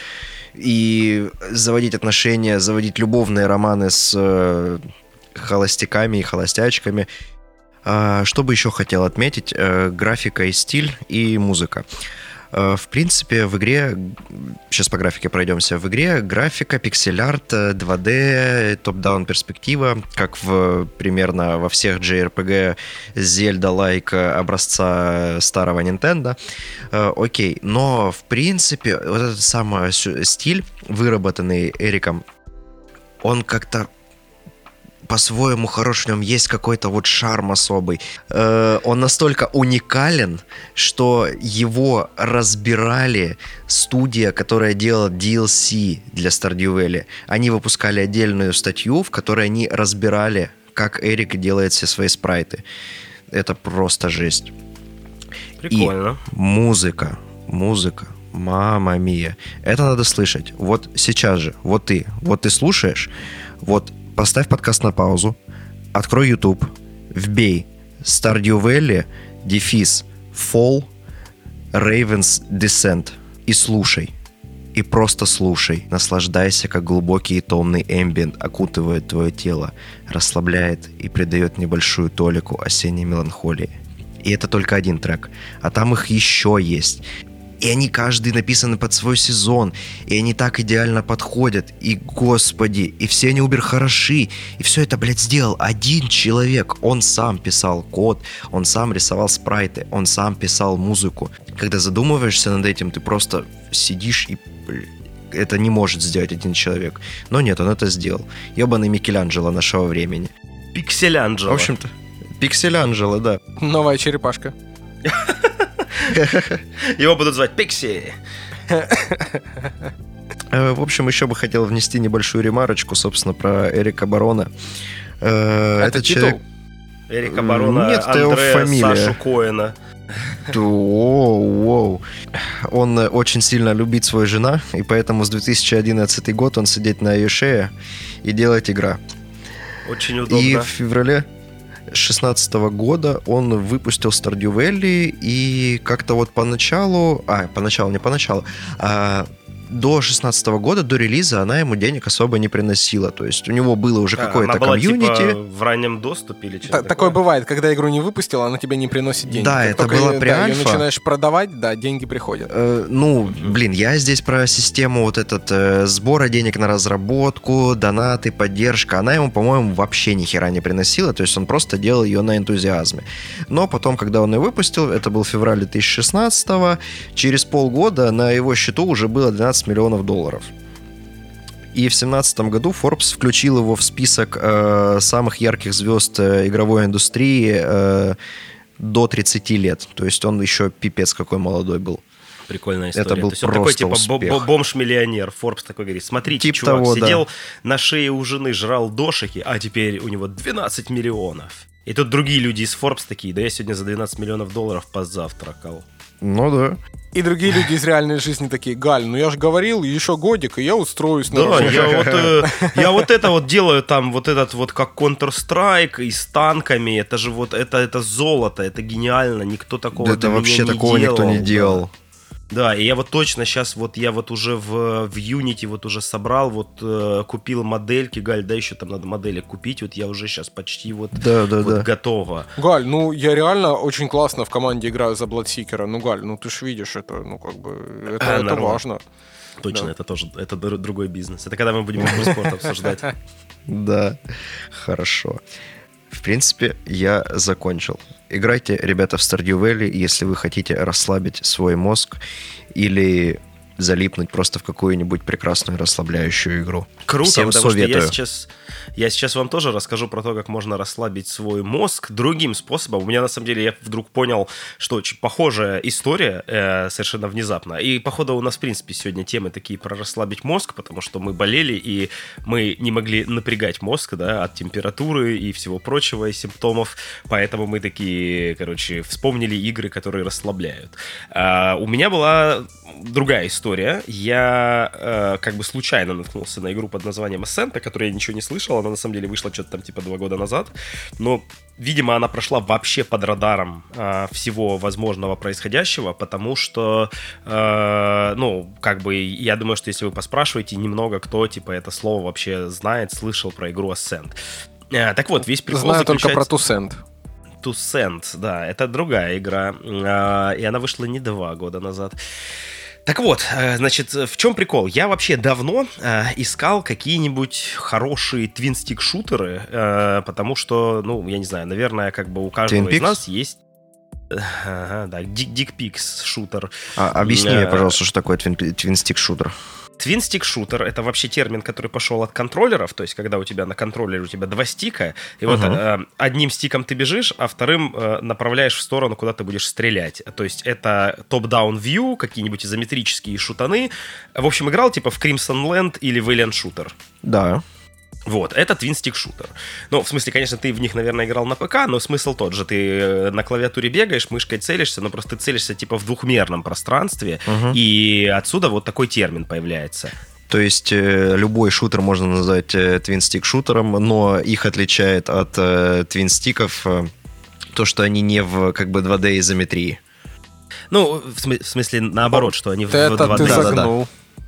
и заводить отношения, заводить любовные романы с э, холостяками и холостячками. А, Что бы еще хотел отметить? Э, Графика и стиль, и музыка. Э, В принципе, в игре, сейчас по графике пройдемся, в игре графика, пиксель-арт, э, два дэ, топ-даун перспектива, как в, примерно во всех джей ар пи джи Зельда-лайк образца старого Nintendo. Э, Окей, но в принципе вот этот самый сю- стиль, выработанный Эриком, он как-то по-своему хорош, в нем есть какой-то вот шарм особый. Э, он настолько уникален, что его разбирали студия, которая делала ди эл си для Stardew Valley. Они выпускали отдельную статью, в которой они разбирали, как Эрик делает все свои спрайты. Это просто жесть. Прикольно. И музыка, музыка, мама мия. Это надо слышать. Вот сейчас же, вот ты, вот ты слушаешь, вот поставь подкаст на паузу, открой YouTube, вбей Stardew Valley, дефис, Fall, Raven's Descent и слушай. И просто слушай. Наслаждайся, как глубокий и томный эмбиент окутывает твое тело, расслабляет и придает небольшую толику осенней меланхолии. И это только один трек. А там их еще есть. И они каждый написаны под свой сезон. И они так идеально подходят. И, господи, и все они убер хороши. И все это, блядь, сделал один человек. Он сам писал код, он сам рисовал спрайты, он сам писал музыку. Когда задумываешься над этим, ты просто сидишь и... блядь, это не может сделать один человек. Но нет, он это сделал. Ёбаный Микеланджело нашего времени. Пикселянджело. В общем-то, Пикселанджело, да. Новая черепашка. Его будут звать Пикси. Э, В общем, еще бы хотел внести небольшую ремарочку, собственно, про Эрика Барона. Э, Это Этот титул? человек... Эрика Барона, Нет, это его Андрея, фамилия. Сашу Коэна. Воу, воу. Он э, очень сильно любит свою жена, и поэтому с две тысячи одиннадцатый год он сидит на ее шее и делает игра. Очень И удобно. в феврале шестнадцатого года он выпустил Stardew Valley, и как-то вот поначалу, а, поначалу, не поначалу, а до шестнадцатого года, до релиза, она ему денег особо не приносила. То есть у него было уже А, какое-то она была, комьюнити. типа, в раннем доступе или что-то Та- Такое бывает, когда игру не выпустила, она тебе не приносит деньги. Да, Как это только была её- да, преальфа. её начинаешь продавать, да, деньги приходят. Э, ну, блин, я здесь про систему вот этот э, сбора денег на разработку, донаты, поддержка. Она ему, по-моему, вообще ни хера не приносила. То есть он просто делал ее на энтузиазме. Но потом, когда он ее выпустил, это был февраль две тысячи шестнадцатого, через полгода на его счету уже было двенадцать миллионов долларов. И в семнадцатом году Forbes включил его в список э, самых ярких звезд э, игровой индустрии э, до тридцати лет. То есть он еще пипец какой молодой был. Прикольная история. Это был То есть он просто такой, типа, успех. бомж-миллионер. Forbes такой говорит, смотрите, Тип чувак того, сидел да. на шее у жены, жрал дошики, а теперь у него двенадцать миллионов. И тут другие люди из Forbes такие, да я сегодня за двенадцать миллионов долларов позавтракал. Ну да. И другие люди из реальной жизни такие: Галь, ну я же говорил, еще годик, и я устроюсь на Да, работу». я вот, э, я вот это вот делаю там, вот этот вот как Counter-Strike и с танками, это же вот, это, это золото, это гениально, никто такого Да до это меня вообще не такого делал. никто не Да. делал. Да, и я вот точно сейчас вот, я вот уже в, в Unity вот уже собрал, вот э, купил модельки, Галь, да, еще там надо моделек купить, вот я уже сейчас почти вот, Да, да, вот да. готова. Галь, ну я реально очень классно в команде играю за Bloodseeker. Ну, Галь, ну ты ж видишь это, ну как бы, это, А, это нормально. важно. Точно, Да. это тоже, это др- другой бизнес. Это когда мы будем игру спорт обсуждать. Да, хорошо. В принципе, я закончил. Играйте, ребята, в Stardew Valley, если вы хотите расслабить свой мозг или залипнуть просто в какую-нибудь прекрасную расслабляющую игру. Круто, Всем потому советую. что я сейчас, я сейчас вам тоже расскажу про то, как можно расслабить свой мозг другим способом. У меня, на самом деле, я вдруг понял, что очень похожая история э, совершенно внезапно. И, походу, у нас, в принципе, сегодня темы такие про расслабить мозг, потому что мы болели, и мы не могли напрягать мозг, да, от температуры и всего прочего, и симптомов. Поэтому мы такие, короче, вспомнили игры, которые расслабляют. А, у меня была другая история. Я э, как бы случайно наткнулся на игру под названием Ascent, о которой я ничего не слышал. Она на самом деле вышла что-то там типа два года назад. Но, видимо, она прошла вообще под радаром э, всего возможного происходящего, потому что, э, ну, как бы, я думаю, что если вы поспрашиваете, немного кто, типа, это слово вообще знает, слышал про игру Ascent. Э, так вот, весь прикол Знаю только про заключается... Тусент. Тусент, да, это другая игра, э, и она вышла не два года назад. Так вот, значит, в чем прикол? Я вообще давно э, искал какие-нибудь хорошие твинстик-шутеры, э, потому что, ну, я не знаю, наверное, как бы у каждого Twin из Peaks? нас есть... Ага, да, Dick Peaks шутер. А, объясни мне, Э, пожалуйста, что такое твинстик-шутер. Твинстик-шутер — это вообще термин, который пошел от контроллеров, то есть когда у тебя на контроллере у тебя два стика, и вот Мгм. э, одним стиком ты бежишь, а вторым э, направляешь в сторону, куда ты будешь стрелять. То есть это топ-даун вью, какие-нибудь изометрические шутаны. В общем, играл типа в Crimson Land или в Alien Shooter. Да. Вот, это твинстик-шутер. Ну, в смысле, конечно, ты в них, наверное, играл на ПК, но смысл тот же. Ты э, на клавиатуре бегаешь, мышкой целишься, но просто ты целишься типа в двухмерном пространстве, Мгм. и отсюда вот такой термин появляется. То есть э, любой шутер можно назвать э, твинстик-шутером, но их отличает от э, твинстиков э, то, что они не в как бы два дэ-изометрии. Ну, в, смы- в смысле, наоборот, что они в Это два дэ. ты да, да. загнул.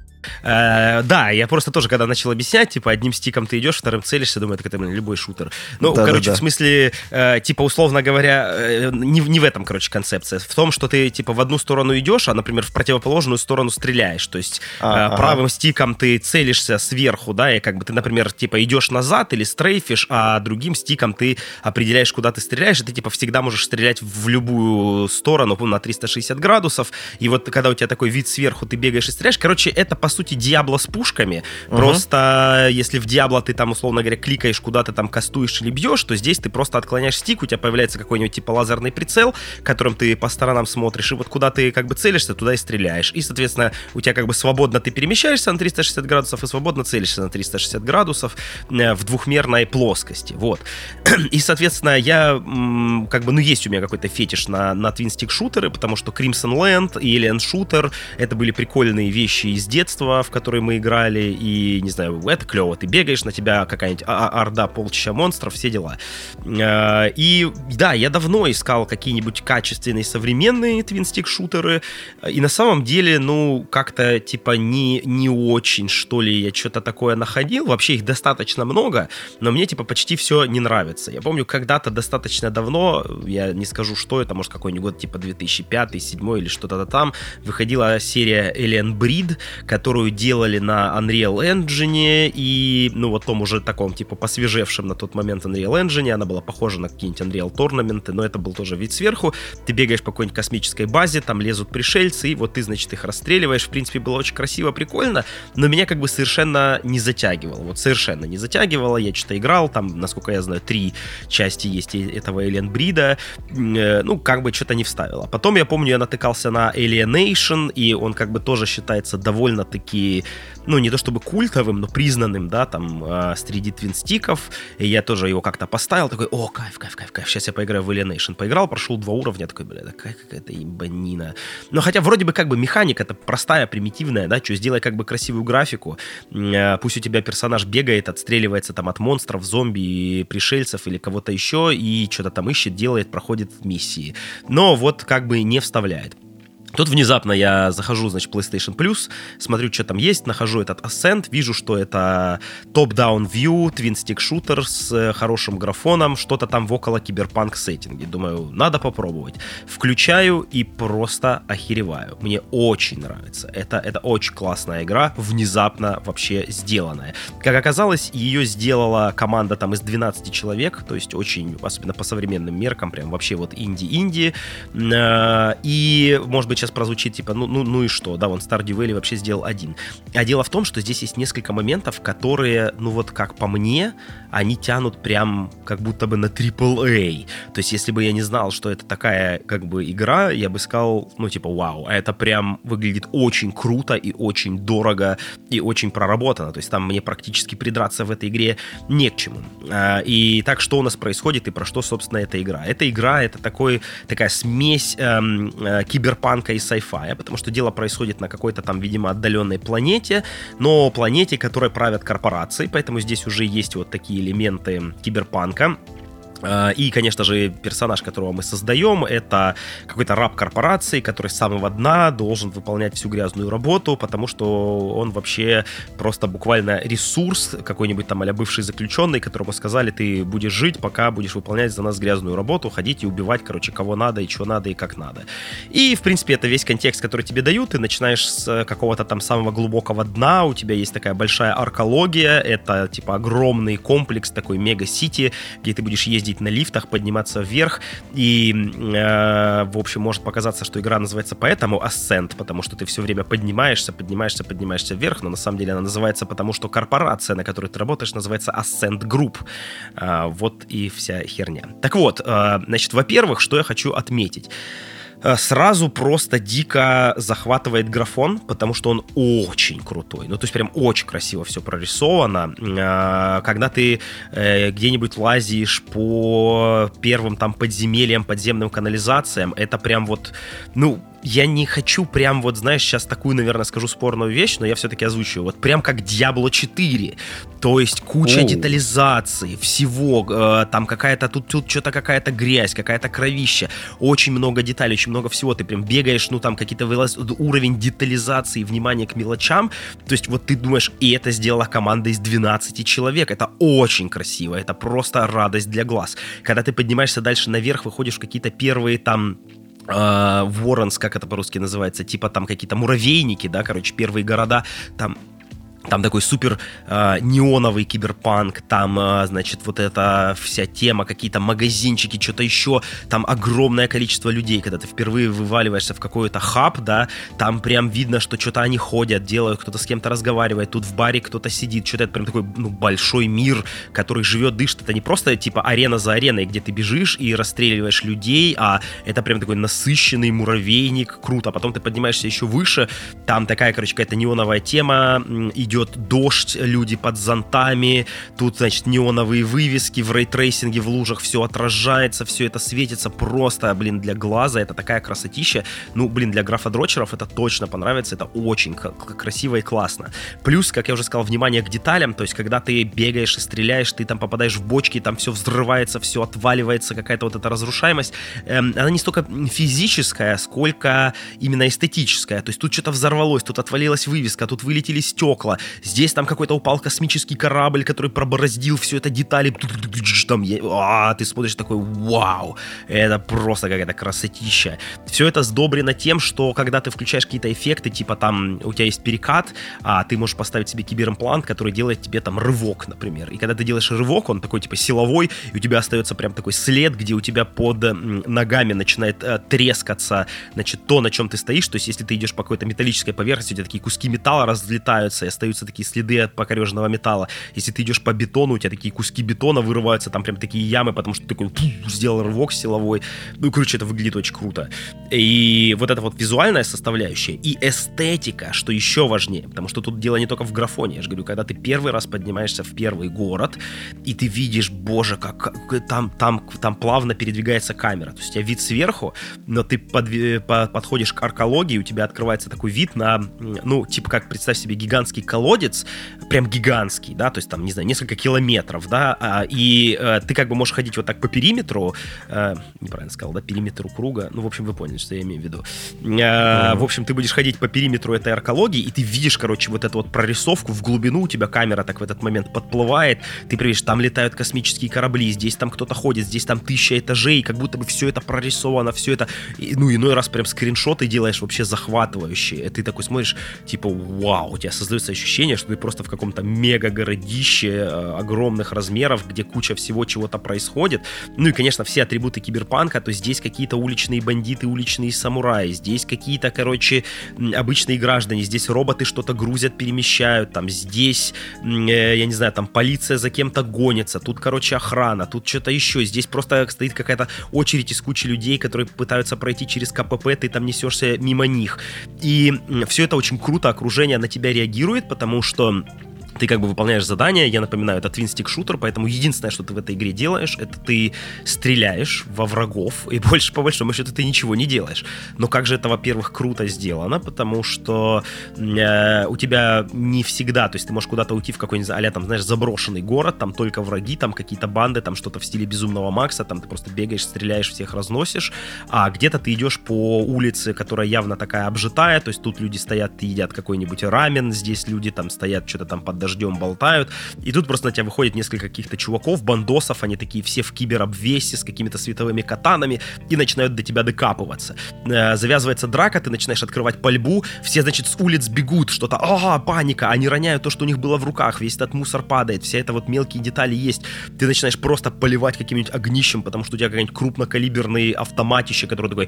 Э, да, я просто тоже, когда начал объяснять, типа, одним стиком ты идешь, вторым целишься, думаю, это, блин, любой шутер. Ну, Да, короче, да, да. в смысле, э, типа, условно говоря, э, не, в- не в этом, короче, концепция. В том, что ты, типа, в одну сторону идешь, а, например, в противоположную сторону стреляешь. То есть А, э, ага. правым стиком ты целишься сверху, да, и как бы ты, например, типа, идешь назад или стрейфишь, а другим стиком ты определяешь, куда ты стреляешь, и ты, типа, всегда можешь стрелять в любую сторону на триста шестьдесят градусов. И вот когда у тебя такой вид сверху, ты бегаешь и стреляешь. Короче, это, по сути, Диабло с пушками. Мгм. Просто если в Диабло ты там, условно говоря, кликаешь куда-то там, кастуешь или бьешь, то здесь ты просто отклоняешь стик, у тебя появляется какой-нибудь типа лазерный прицел, которым ты по сторонам смотришь, и вот куда ты как бы целишься, туда и стреляешь. И, соответственно, у тебя как бы свободно ты перемещаешься на триста шестьдесят градусов и свободно целишься на триста шестьдесят градусов э, в двухмерной плоскости. Вот. И, соответственно, я м, как бы, ну, есть у меня какой-то фетиш на, на твинстик-шутеры, потому что Crimson Land и Alien Shooter — это были прикольные вещи из детства, в которые мы играли, и, не знаю, это клево. Ты бегаешь, на тебя какая-нибудь а- а- орда полчища монстров, все дела. Э, И, да, я давно искал какие-нибудь качественные современные твинстик-шутеры, и на самом деле, ну, как-то, типа, не, не очень, что ли, я что-то такое находил. Вообще их достаточно много, но мне, типа, почти все не нравится. Я помню, когда-то достаточно давно, я не скажу, что это, может, какой-нибудь год, типа, две тысячи пятый, две тысячи седьмой или что-то там, выходила серия Alien Breed, которая которую делали на Unreal Engine, и, ну, вот том уже таком, типа, посвежевшем на тот момент Unreal Engine, она была похожа на какие-нибудь Unreal Tournament, но это был тоже вид сверху, ты бегаешь по какой-нибудь космической базе, там лезут пришельцы, и вот ты, значит, их расстреливаешь, в принципе, было очень красиво, прикольно, но меня как бы совершенно не затягивало, вот совершенно не затягивало, я что-то играл, там, насколько я знаю, три части есть этого Alien Breed, э, ну, как бы что-то не вставило. Потом, я помню, я натыкался на Alienation, и он как бы тоже считается довольно-таки, ну, не то чтобы культовым, но признанным, да, там, э, среди твинстиков, и я тоже его как-то поставил, такой, о, кайф, кайф, кайф, кайф, сейчас я поиграю в Alienation. Поиграл, прошел два уровня, такой, бля, такая какая-то ебанина. Но хотя вроде бы как бы механика-то простая, примитивная, да, что, сделай как бы красивую графику, э, пусть у тебя персонаж бегает, отстреливается там от монстров, зомби, пришельцев или кого-то еще, и что-то там ищет, делает, проходит миссии. Но вот как бы не вставляет. Тут внезапно я захожу, значит, PlayStation Plus, смотрю, что там есть, нахожу этот Ascent, вижу, что это топ-даун view, твин-стик шутер с хорошим графоном, что-то там в около киберпанк сеттинге. Думаю, надо попробовать. Включаю и просто охереваю. Мне очень нравится. Это, это очень классная игра, внезапно вообще сделанная. Как оказалось, ее сделала команда там из двенадцати человек, то есть очень, особенно по современным меркам, прям вообще вот инди-инди. И, может быть, сейчас прозвучит типа, ну, ну, ну и что, да, он Stardew Valley вообще сделал один. А дело в том, что здесь есть несколько моментов, которые, ну вот как по мне, они тянут прям как будто бы на трипл эй. То есть если бы я не знал, что это такая как бы игра, я бы сказал, ну типа, вау, а это прям выглядит очень круто и очень дорого и очень проработано. То есть там мне практически придраться в этой игре не к чему. И так, что у нас происходит и про что, собственно, эта игра? Эта игра, это такой, такая смесь эм, э, киберпанка и sci-fi, потому что дело происходит на какой-то там, видимо, отдаленной планете, но планете, которой правят корпорации, поэтому здесь уже есть вот такие элементы киберпанка. И, конечно же, персонаж, которого мы создаем, это какой-то раб корпорации, который с самого дна должен выполнять всю грязную работу, потому что он вообще просто буквально ресурс, какой-нибудь там а-ля бывший заключенный, которому сказали, ты будешь жить, пока будешь выполнять за нас грязную работу, ходить и убивать, короче, кого надо, и что надо, и как надо. И, в принципе, это весь контекст, который тебе дают. Ты начинаешь с какого-то там самого глубокого дна, у тебя есть такая большая аркология, это, типа, огромный комплекс, такой мега-сити, где ты будешь ездить на лифтах, подниматься вверх, и, э, в общем, может показаться, что игра называется поэтому Ascent, потому что ты все время поднимаешься, поднимаешься, поднимаешься вверх, но на самом деле она называется потому, что корпорация, на которой ты работаешь, называется Ascent Group. Э, вот и вся херня. Так вот, э, значит, во-первых, что я хочу отметить. Сразу просто дико захватывает графон, потому что он очень крутой. Ну, то есть прям очень красиво все прорисовано. Когда ты где-нибудь лазишь по первым там подземельям, подземным канализациям, это прям вот, ну, я не хочу прям вот, знаешь, сейчас такую, наверное, скажу спорную вещь, но я все-таки озвучиваю. Вот прям как Diablo четыре. То есть куча Оу. детализации, всего. Э, там какая-то, тут, тут что-то какая-то грязь, какая-то кровища. Очень много деталей, очень много всего. Ты прям бегаешь, ну там какие-то вылаз... уровень детализации, внимания к мелочам. То есть вот ты думаешь, и это сделала команда из двенадцати человек. Это очень красиво, это просто радость для глаз. Когда ты поднимаешься дальше наверх, выходишь в какие-то первые там... Воронс, как это по-русски называется, типа там какие-то муравейники, да, короче, первые города, там Там такой супер э, неоновый киберпанк, там, э, значит, вот эта вся тема, какие-то магазинчики, что-то еще, там огромное количество людей, когда ты впервые вываливаешься в какой-то хаб, да, там прям видно, что что-то они ходят, делают, кто-то с кем-то разговаривает, тут в баре кто-то сидит, что-то это прям такой, ну, большой мир, который живет, дышит, это не просто, типа, арена за ареной, где ты бежишь и расстреливаешь людей, а это прям такой насыщенный муравейник, круто, а потом ты поднимаешься еще выше, там такая, короче, какая-то неоновая тема, идет идет дождь, люди под зонтами, тут, значит, неоновые вывески, в рейтрейсинге, в лужах все отражается, все это светится просто, блин, для глаза, это такая красотища. Ну, блин, для графодрочеров это точно понравится, это очень к- красиво и классно. Плюс, как я уже сказал, внимание к деталям, то есть, когда ты бегаешь и стреляешь, ты там попадаешь в бочки, там все взрывается, все отваливается, какая-то вот эта разрушаемость, эм, она не столько физическая, сколько именно эстетическая, то есть тут что-то взорвалось, тут отвалилась вывеска, тут вылетели стекла, здесь там какой-то упал космический корабль, который пробороздил все это детали, там, а, ты смотришь такой, вау, это просто какая-то красотища. Все это сдобрено тем, что когда ты включаешь какие-то эффекты, типа там у тебя есть перекат, а ты можешь поставить себе киберимплант, который делает тебе там рывок, например. И когда ты делаешь рывок, он такой типа силовой, и у тебя остается прям такой след, где у тебя под ногами начинает э, трескаться, значит, то, на чем ты стоишь. То есть, если ты идешь по какой-то металлической поверхности, у тебя такие куски металла разлетаются, и остаются такие следы от покореженного металла. Если ты идешь по бетону, у тебя такие куски бетона вырываются, там прям такие ямы, потому что ты такой сделал рывок силовой. Ну, короче, это выглядит очень круто. И вот эта вот визуальная составляющая и эстетика, что еще важнее, потому что тут дело не только в графоне. Я же говорю, когда ты первый раз поднимаешься в первый город, и ты видишь, боже, как, как там, там, там плавно передвигается камера. То есть у тебя вид сверху, но ты под, по, подходишь к аркологии, у тебя открывается такой вид на, ну, типа как, представь себе, гигантский колодец, прям гигантский, да, то есть там, не знаю, несколько километров, да, а, и а, ты как бы можешь ходить вот так по периметру, а, неправильно сказал, да, периметру круга, ну, в общем, вы поняли, что я имею в виду. А, mm-hmm. В общем, ты будешь ходить по периметру этой аркологии, и ты видишь, короче, вот эту вот прорисовку в глубину, у тебя камера так в этот момент подплывает, ты видишь, там летают космические корабли, здесь там кто-то ходит, здесь там тысяча этажей, как будто бы все это прорисовано, все это, и, ну, иной раз прям скриншоты делаешь вообще захватывающие, и ты такой смотришь, типа, вау, у тебя создается ощущение, что ты просто в каком-то мега-городище э, огромных размеров, где куча всего чего-то происходит, ну и, конечно, все атрибуты киберпанка, то есть здесь какие-то уличные бандиты, уличные самураи, здесь какие-то, короче, обычные граждане, здесь роботы что-то грузят, перемещают, там, здесь, э, я не знаю, там, полиция за кем-то гонится, тут, короче, охрана, тут что-то еще, здесь просто стоит какая-то очередь из кучи людей, которые пытаются пройти через КПП, ты там несешься мимо них, и все это очень круто, окружение на тебя реагирует, потому что ты как бы выполняешь задание, я напоминаю, это твин-стик-шутер, поэтому единственное, что ты в этой игре делаешь, это ты стреляешь во врагов, и больше, по большому счету, ты ничего не делаешь. Но как же это, во-первых, круто сделано, потому что э, у тебя не всегда, то есть ты можешь куда-то уйти в какой-нибудь, а-ля, там, знаешь, заброшенный город, там только враги, там какие-то банды, там что-то в стиле Безумного Макса, там ты просто бегаешь, стреляешь, всех разносишь, а где-то ты идешь по улице, которая явно такая обжитая, то есть тут люди стоят, едят какой-нибудь рамен, здесь люди там стоят, что-то там под дождем болтают, и тут просто на тебя выходит несколько каких-то чуваков, бандосов, они такие все в киберобвесе с какими-то световыми катанами и начинают до тебя докапываться. Э, завязывается драка, ты начинаешь открывать пальбу, все, значит, с улиц бегут, что-то, ага, паника, они роняют то, что у них было в руках, весь этот мусор падает, вся эта вот мелкие детали есть, ты начинаешь просто поливать каким-нибудь огнищем, потому что у тебя какой-нибудь крупнокалиберный автоматище, который такой,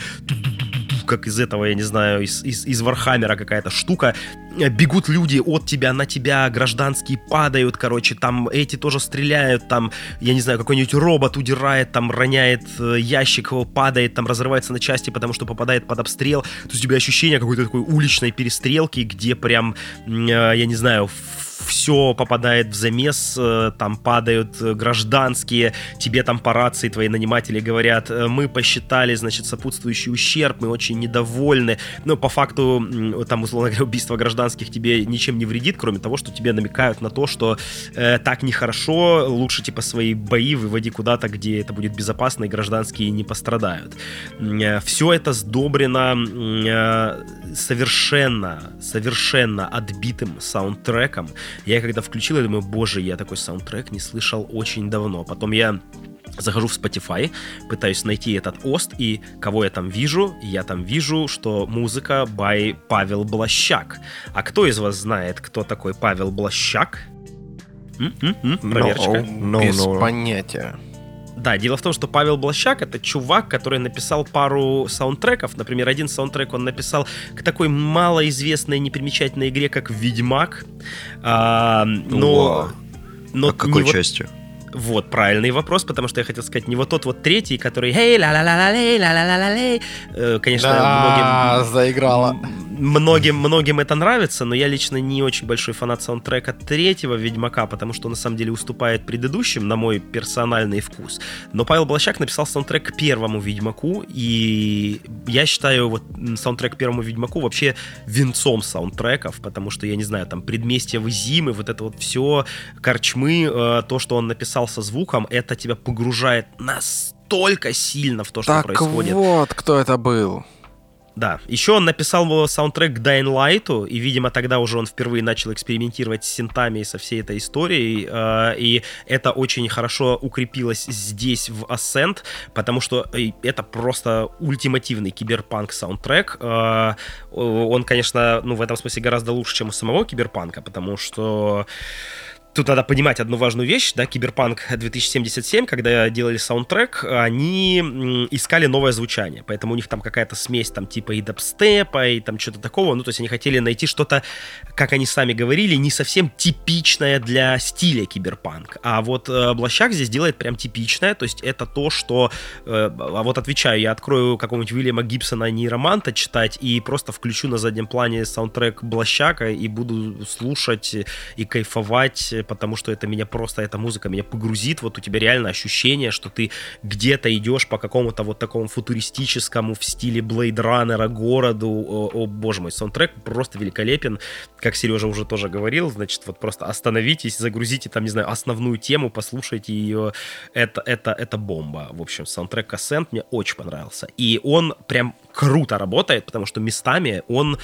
как из этого, я не знаю, из, из, из Вархаммера какая-то штука, бегут люди от тебя на тебя, гражданские падают, короче, там эти тоже стреляют, там, я не знаю, какой-нибудь робот удирает, там роняет ящик, падает, там разрывается на части, потому что попадает под обстрел, то есть у тебя ощущение какой-то такой уличной перестрелки, где прям, я не знаю, все попадает в замес, там падают гражданские, тебе там по рации твои наниматели говорят, мы посчитали, значит, сопутствующий ущерб, мы очень недовольны, но по факту, там, условно говоря, убийство гражданских тебе ничем не вредит, кроме того, что тебе намекают на то, что э, так нехорошо, лучше, типа, свои бои выводи куда-то, где это будет безопасно и гражданские не пострадают. Э, все это сдобрено э, совершенно, совершенно отбитым саундтреком. Я когда включил, я думаю, боже, я такой саундтрек не слышал очень давно. Потом я захожу в Spotify, пытаюсь найти этот ост, и кого я там вижу? Я там вижу, что музыка by Павел Блащак. А кто из вас знает, кто такой Павел Блащак? М-м-м, проверочка. No, no, Без no. понятия. Да, дело в том, что Павел Блащак — это чувак, который написал пару саундтреков. Например, один саундтрек он написал к такой малоизвестной, непримечательной игре, как «Ведьмак». А, но... но а какой вот... частью? Вот, правильный вопрос, потому что я хотел сказать не вот тот вот третий, который «Эй, ла-ла-ла-ла-лей, ла-ла-ла-ла-лей». Конечно, да, многим... заиграла. Многим, многим это нравится, но я лично не очень большой фанат саундтрека третьего «Ведьмака», потому что на самом деле уступает предыдущим, на мой персональный вкус. Но Павел Блащак написал саундтрек к первому «Ведьмаку», и я считаю вот саундтрек к первому «Ведьмаку» вообще венцом саундтреков, потому что, я не знаю, там «Предместья Визимы», вот это вот все, корчмы, то, что он написал со звуком, это тебя погружает настолько сильно в то, что так происходит. Вот, кто это был. Да, еще он написал саундтрек к Dying Light, и, видимо, тогда уже он впервые начал экспериментировать с синтами и со всей этой историей, э, и это очень хорошо укрепилось здесь, в Ascent, потому что это просто ультимативный киберпанк-саундтрек. Э, он, конечно, ну, в этом смысле гораздо лучше, чем у самого киберпанка, потому что... Тут надо понимать одну важную вещь, да, Киберпанк две тысячи семьдесят семь, когда делали саундтрек, они искали новое звучание, поэтому у них там какая-то смесь там типа и дабстепа, и там что-то такого, ну, то есть они хотели найти что-то, как они сами говорили, не совсем типичное для стиля Киберпанк, а вот э, Блащак здесь делает прям типичное, то есть это то, что, э, а вот отвечаю, я открою какого-нибудь Уильяма Гибсона «Нейроманта» читать и просто включу на заднем плане саундтрек Блащака и буду слушать и кайфовать, потому что это меня просто, эта музыка меня погрузит, вот у тебя реально ощущение, что ты где-то идешь по какому-то вот такому футуристическому в стиле Blade Runner городу, о, о боже мой, саундтрек просто великолепен, как Сережа уже тоже говорил, значит, вот просто остановитесь, загрузите там, не знаю, основную тему, послушайте ее, это, это, это бомба, в общем, саундтрек Ascent мне очень понравился, и он прям круто работает, потому что местами он...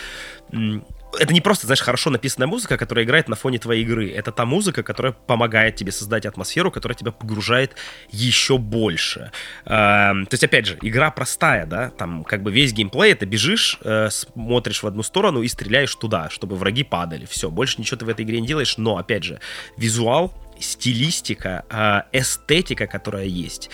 Это не просто, знаешь, хорошо написанная музыка, которая играет на фоне твоей игры. Это та музыка, которая помогает тебе создать атмосферу, которая тебя погружает еще больше. Эм, то есть, опять же, игра простая, да, там как бы весь геймплей — это бежишь, э, смотришь в одну сторону и стреляешь туда, чтобы враги падали. Все, больше ничего ты в этой игре не делаешь, но, опять же, визуал, стилистика, эстетика, которая есть,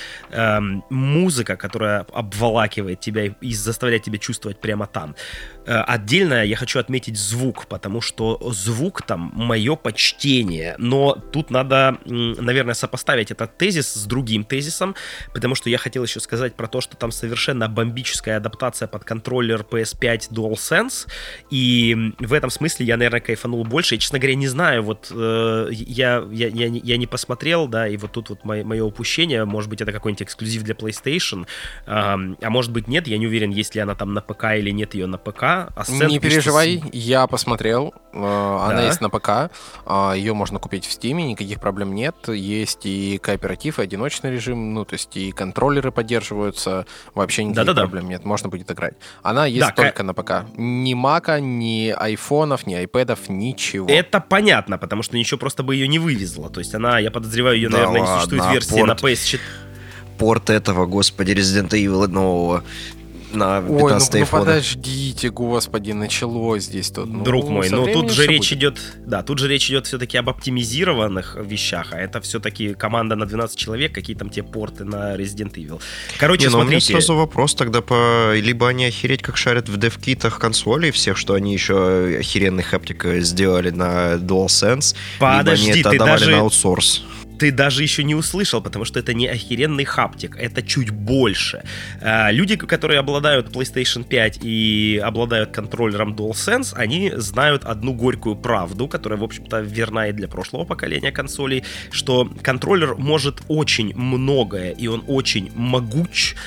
музыка, которая обволакивает тебя и заставляет тебя чувствовать прямо там. Отдельно я хочу отметить звук, потому что звук там мое почтение, но тут надо, наверное, сопоставить этот тезис с другим тезисом, потому что я хотел еще сказать про то, что там совершенно бомбическая адаптация под контроллер пи эс пять DualSense, и в этом смысле я, наверное, кайфанул больше. Я, честно говоря, не знаю, вот э, я, я, я я не посмотрел, да, и вот тут вот мое, мое упущение, может быть, это какой-нибудь эксклюзив для PlayStation, а, а может быть, нет, я не уверен, есть ли она там на ПК или нет ее на ПК. Ascent, не переживай, пишется... я посмотрел, э, она да. есть на ПК, э, ее можно купить в Steam, никаких проблем нет, есть и кооператив, и одиночный режим, ну, то есть и контроллеры поддерживаются, вообще никаких Да-да-да. проблем нет, можно будет играть. Она есть да, только ка... на ПК, ни Мака, ни айфонов, ни айпэдов, ничего. Это понятно, потому что ничего просто бы ее не вывезло, то есть она, я подозреваю, ее, да наверное, ладно, не существует версии порт, на пи эс четыре. Порт этого, господи, Resident Evil нового на пятнадцатый Ой, ну, ну подождите, господи, началось здесь тут. Ну, Друг мой, ну тут же речь будет. идет, да, тут же речь идет все-таки об оптимизированных вещах, а это все-таки команда на двенадцать человек, какие там те порты на Resident Evil. Короче, не, смотрите. У меня сразу вопрос тогда по... Либо они охереть как шарят в дев-китах консолей всех, что они еще охеренный хаптик сделали на DualSense, Подожди, либо они это ты отдавали даже... на аутсорс. Ты даже еще не услышал, потому что это не охеренный хаптик, это чуть больше. Люди, которые обладают PlayStation пять и обладают контроллером DualSense, они знают одну горькую правду, которая, в общем-то, верна и для прошлого поколения консолей, что контроллер может очень многое, и он очень могуч,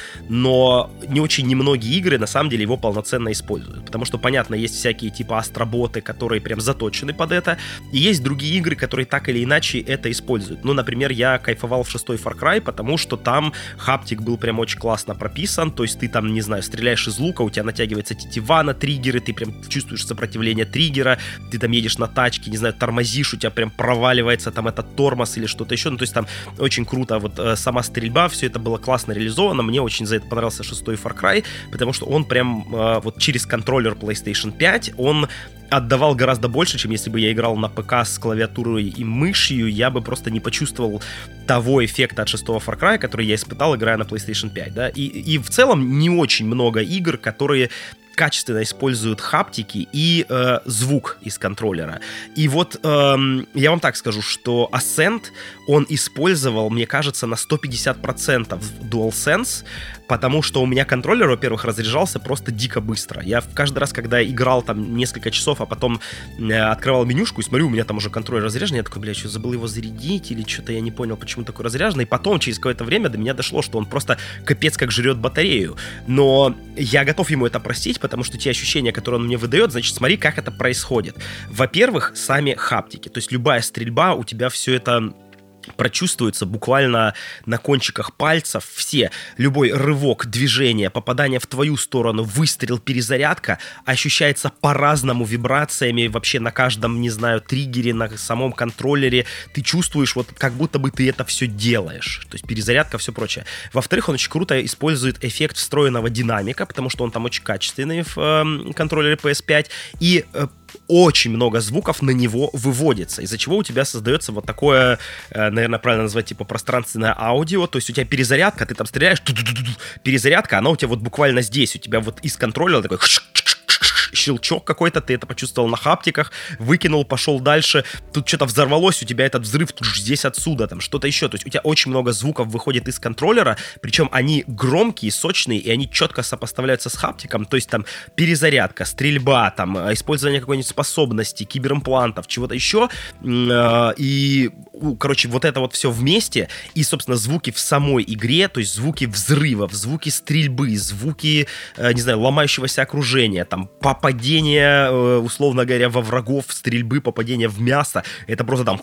но не очень немногие игры, на самом деле, его полноценно используют. Потому что, понятно, есть всякие типа астроботы, которые прям заточены под это, и есть другие игры, которые так или иначе это используют. Ну, например, я кайфовал в шестой Far Cry, потому что там хаптик был прям очень классно прописан, то есть ты там, не знаю, стреляешь из лука, у тебя натягивается тетива на триггеры, ты прям чувствуешь сопротивление триггера, ты там едешь на тачке, не знаю, тормозишь, у тебя прям проваливается там этот тормоз или что-то еще, ну, то есть там очень круто, вот э, сама стрельба, все это было классно реализовано, мне очень за это понравился шестой Far Cry, потому что он прям э, вот через контроллер PlayStation пять, он отдавал гораздо больше, чем если бы я играл на ПК с клавиатурой и мышью, я бы просто не почувствовал того эффекта от шестого Far Cry, который я испытал, играя на PlayStation пять, да, и, и в целом не очень много игр, которые качественно используют хаптики и э, звук из контроллера. И вот эм, я вам так скажу, что Ascent, он использовал, мне кажется, на сто пятьдесят процентов DualSense, потому что у меня контроллер, во-первых, разряжался просто дико быстро. Я каждый раз, когда играл там несколько часов, а потом э, открывал менюшку и смотрю, у меня там уже контроллер разряжен, я такой, бля, что, забыл его зарядить или что-то я не понял, почему такой разряженный. И потом, через какое-то время до меня дошло, что он просто капец как жрет батарею. Но я готов ему это простить, потому что те ощущения, которые он мне выдает, значит, смотри, как это происходит. Во-первых, сами хаптики, то есть любая стрельба, у тебя все это прочувствуется буквально на кончиках пальцев все. Любой рывок, движение, попадание в твою сторону, выстрел, перезарядка ощущается по-разному вибрациями вообще на каждом, не знаю, триггере, на самом контроллере. Ты чувствуешь, вот как будто бы ты это все делаешь. То есть перезарядка, все прочее. Во-вторых, он очень круто использует эффект встроенного динамика, потому что он там очень качественный в э, контроллере пи эс пять. И э, очень много звуков на него выводится, из-за чего у тебя создается вот такое, наверное, правильно назвать, типа пространственное аудио, то есть у тебя перезарядка, ты там стреляешь, перезарядка, она у тебя вот буквально здесь, у тебя вот из контроллера такой щелчок какой-то, ты это почувствовал на хаптиках, выкинул, пошел дальше, тут что-то взорвалось, у тебя этот взрыв здесь отсюда, там что-то еще, то есть у тебя очень много звуков выходит из контроллера, причем они громкие, сочные, и они четко сопоставляются с хаптиком, то есть там перезарядка, стрельба, там использование какой-нибудь способности, киберимплантов, чего-то еще, и, короче, вот это вот все вместе, и, собственно, звуки в самой игре, то есть звуки взрывов, звуки стрельбы, звуки, не знаю, ломающегося окружения, там, попадение, условно говоря, во врагов, стрельбы, попадение в мясо, это просто там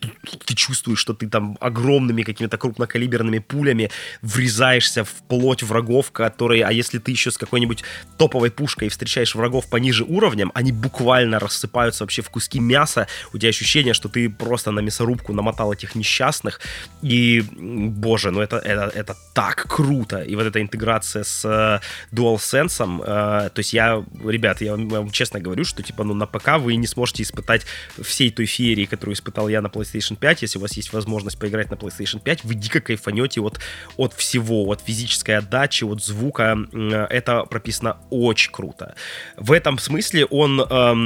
ты чувствуешь, что ты там огромными какими-то крупнокалиберными пулями врезаешься в плоть врагов, которые, а если ты еще с какой-нибудь топовой пушкой встречаешь врагов пониже уровнем, они буквально рассыпаются вообще в куски мяса, у тебя ощущение, что ты просто на мясорубку намотал этих несчастных, и, боже, ну это, это, это так круто, и вот эта интеграция с э, DualSense, э, то есть я, ребят, я вам честно говорю, что типа, ну на ПК вы не сможете испытать всей той феерии, которую испытал я на PlayStation пять, если у вас есть возможность поиграть на PlayStation пять, вы дико кайфанете от, от всего, от физической отдачи, от звука, это прописано очень круто. В этом смысле он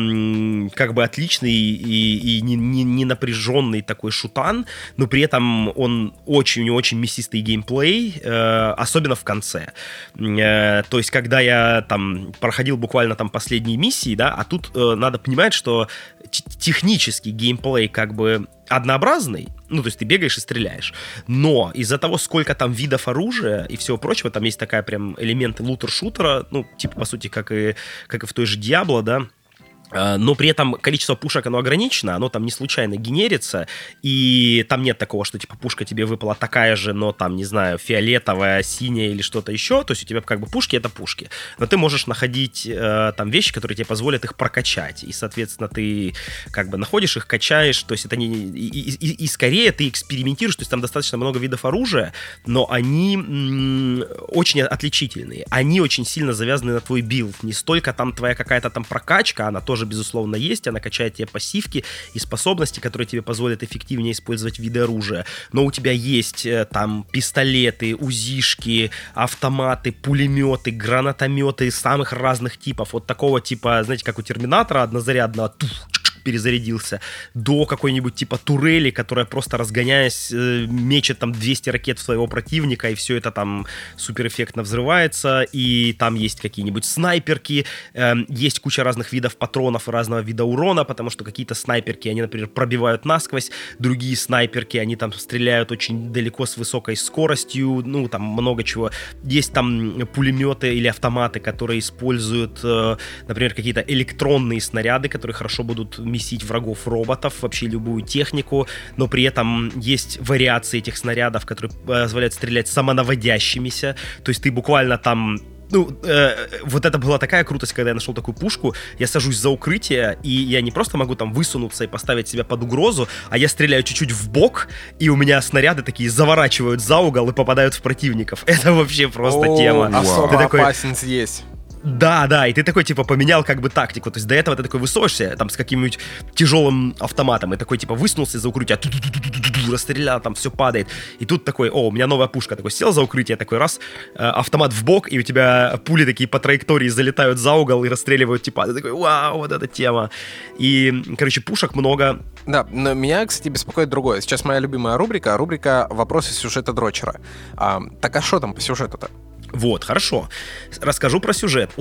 эм, как бы отличный и, и не, не, не напряженный такой шутан, но при этом он очень, у него очень мясистый геймплей, э, особенно в конце. Э, то есть, когда я там проходил буквально там последние миссии, да, а тут э, надо понимать, что технический геймплей как бы однообразный, ну, то есть ты бегаешь и стреляешь, но из-за того, сколько там видов оружия и всего прочего, там есть такая прям элементы лутер-шутера, ну, типа, по сути, как и, как и в той же Diablo, да, но при этом количество пушек, оно ограничено, оно там не случайно генерится, и там нет такого, что, типа, пушка тебе выпала такая же, но там, не знаю, фиолетовая, синяя или что-то еще, то есть у тебя как бы пушки — это пушки, но ты можешь находить э, там вещи, которые тебе позволят их прокачать, и, соответственно, ты как бы находишь их, качаешь, то есть это не... И, и, и скорее ты экспериментируешь, то есть там достаточно много видов оружия, но они м- очень отличительные, они очень сильно завязаны на твой билд, не столько там твоя какая-то там прокачка, она тоже безусловно есть, она качает тебе пассивки и способности, которые тебе позволят эффективнее использовать виды оружия, но у тебя есть там пистолеты, узишки, автоматы, пулеметы, гранатометы самых разных типов, от такого типа, знаете, как у Терминатора однозарядного, тух, перезарядился, до какой-нибудь типа турели, которая просто разгоняясь э, мечет там двести ракет в своего противника, и все это там суперэффектно взрывается, и там есть какие-нибудь снайперки, э, есть куча разных видов патронов и разного вида урона, потому что какие-то снайперки, они, например, пробивают насквозь, другие снайперки, они там стреляют очень далеко с высокой скоростью, ну, там много чего. Есть там пулеметы или автоматы, которые используют, э, например, какие-то электронные снаряды, которые хорошо будут месить врагов, роботов, вообще любую технику, но при этом есть вариации этих снарядов, которые позволяют стрелять самонаводящимися, то есть ты буквально там ну, э, вот это была такая крутость, когда я нашел такую пушку, я сажусь за укрытие, и я не просто могу там высунуться и поставить себя под угрозу, а я стреляю чуть-чуть в бок, и у меня снаряды такие заворачивают за угол и попадают в противников. Это вообще просто О, тема. Особо такой... опасен здесь. Да, да, и ты такой, типа, поменял как бы тактику, то есть до этого ты такой высовываешься, там, с каким-нибудь тяжелым автоматом, и такой, типа, высунулся за укрытие, расстрелял, там, все падает, и тут такой, о, у меня новая пушка, такой, сел за укрытие, такой, раз, автомат в бок, и у тебя пули такие по траектории залетают за угол и расстреливают, типа, ты такой, вау, вот эта тема, и, короче, пушек много. Да, но меня, кстати, беспокоит другое, сейчас моя любимая рубрика, рубрика «Вопросы сюжета дрочера», а, так а что там по сюжету-то? Вот, хорошо. Расскажу про сюжет. Он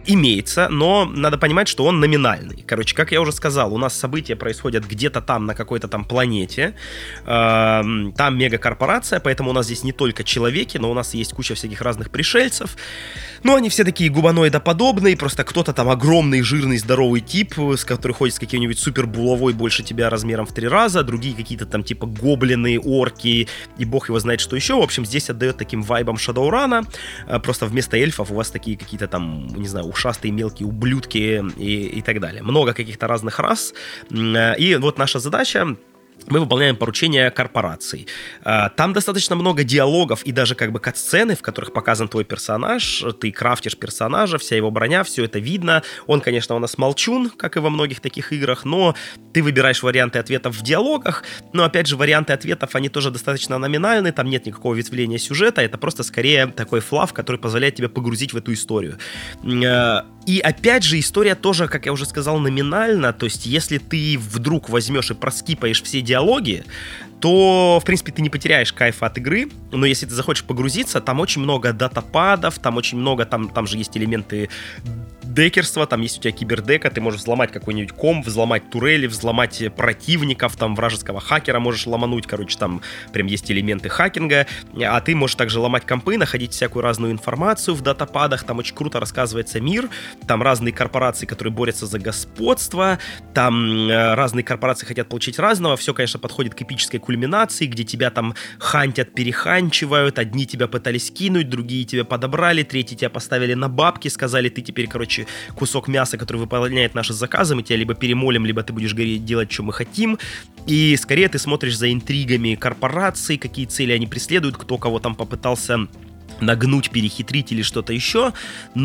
имеется, но надо понимать, что он номинальный. Короче, как я уже сказал, у нас события происходят где-то там, на какой-то там планете. Там мегакорпорация, поэтому у нас здесь не только человеки, но у нас есть куча всяких разных пришельцев. Но они все такие гуманоидоподобные, просто кто-то там огромный, жирный, здоровый тип, с который ходит с каким-нибудь супер булавой больше тебя размером в три раза, другие какие-то там типа гоблины, орки, и бог его знает, что еще. В общем, здесь отдает таким вайбом Shadowrun'а. Просто вместо эльфов у вас такие какие-то там, не знаю, ушастые мелкие ублюдки и, и так далее. Много каких-то разных рас. И вот наша задача: мы выполняем поручения корпораций. Там достаточно много диалогов и даже как бы кат-сцены, в которых показан твой персонаж, ты крафтишь персонажа, вся его броня, все это видно. Он, конечно, у нас молчун, как и во многих таких играх, но ты выбираешь варианты ответов в диалогах, но, опять же, варианты ответов, они тоже достаточно номинальны, там нет никакого ветвления сюжета, это просто скорее такой флаф, который позволяет тебе погрузить в эту историю. И, опять же, история тоже, как я уже сказал, номинальна, то есть если ты вдруг возьмешь и проскипаешь все диалоги, то, в принципе, ты не потеряешь кайфа от игры, но если ты захочешь погрузиться, там очень много датападов, там очень много, там, там же есть элементы декерства, там есть у тебя кибердека, ты можешь взломать какой-нибудь комп, взломать турели, взломать противников, там вражеского хакера можешь ломануть, короче, там прям есть элементы хакинга, а ты можешь также ломать компы, находить всякую разную информацию в датападах, там очень круто рассказывается мир, там разные корпорации, которые борются за господство, там э, разные корпорации хотят получить разного, все, конечно, подходит к эпической кульминации, где тебя там хантят, переханчивают, одни тебя пытались кинуть, другие тебя подобрали, третьи тебя поставили на бабки, сказали, ты теперь, короче, кусок мяса, который выполняет наши заказы, мы тебя либо перемолим, либо ты будешь делать, что мы хотим, и скорее ты смотришь за интригами корпораций, какие цели они преследуют, кто кого там попытался нагнуть, перехитрить или что-то еще,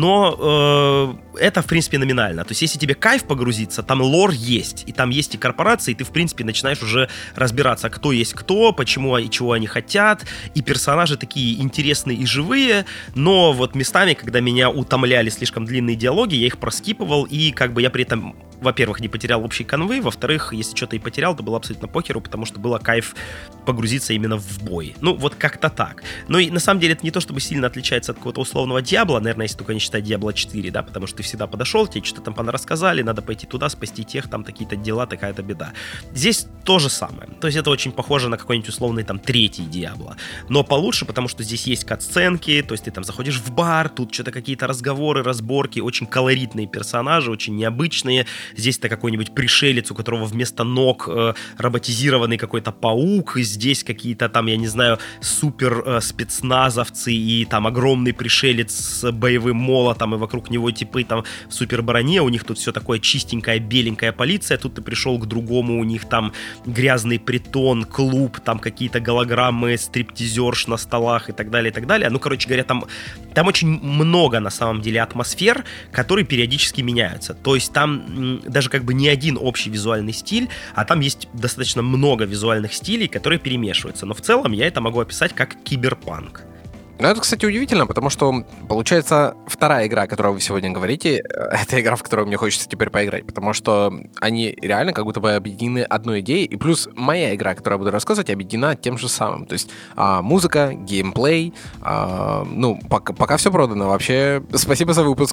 но э, это, в принципе, номинально. То есть, если тебе кайф погрузиться, там лор есть, и там есть и корпорации, и ты, в принципе, начинаешь уже разбираться, кто есть кто, почему и чего они хотят, и персонажи такие интересные и живые, но вот местами, когда меня утомляли слишком длинные диалоги, я их проскипывал, и как бы я при этом, во-первых, не потерял общей канвы, во-вторых, если что-то и потерял, то было абсолютно похеру, потому что было кайф погрузиться именно в бой. Ну, вот как-то так. Ну, и на самом деле это не то, чтобы сильно отличается от какого-то условного Диабло, наверное, если только не считать Диабло четыре, да, потому что ты всегда подошел, тебе что-то там понарассказали, надо пойти туда, спасти тех, там такие-то дела, такая-то беда. Здесь то же самое. То есть это очень похоже на какой-нибудь условный там третий Диабло. Но получше, потому что здесь есть кат-сценки, то есть ты там заходишь в бар, тут что-то какие-то разговоры, разборки, очень колоритные персонажи, очень необычные. Здесь-то какой-нибудь пришелец, у которого вместо ног э, роботизированный какой-то паук, здесь какие-то там, я не знаю, супер э, спецназовцы и там огромный пришелец с боевым молотом, и вокруг него типы там в супер броне, у них тут все такое чистенькая, беленькая полиция, тут ты пришел к другому, у них там грязный притон, клуб, там какие-то голограммы, стриптизерш на столах и так далее, и так далее. Ну, короче говоря, там, там очень много, на самом деле, атмосфер, которые периодически меняются. То есть там даже как бы не один общий визуальный стиль, а там есть достаточно много визуальных стилей, которые перемешиваются. Но в целом я это могу описать как киберпанк. Ну, это, кстати, удивительно, потому что, получается, вторая игра, о которой вы сегодня говорите, это игра, в которую мне хочется теперь поиграть, потому что они реально как будто бы объединены одной идеей, и плюс моя игра, которую я буду рассказывать, объединена тем же самым. То есть а, музыка, геймплей, а, ну, пока, пока все продано. Вообще, спасибо за выпуск.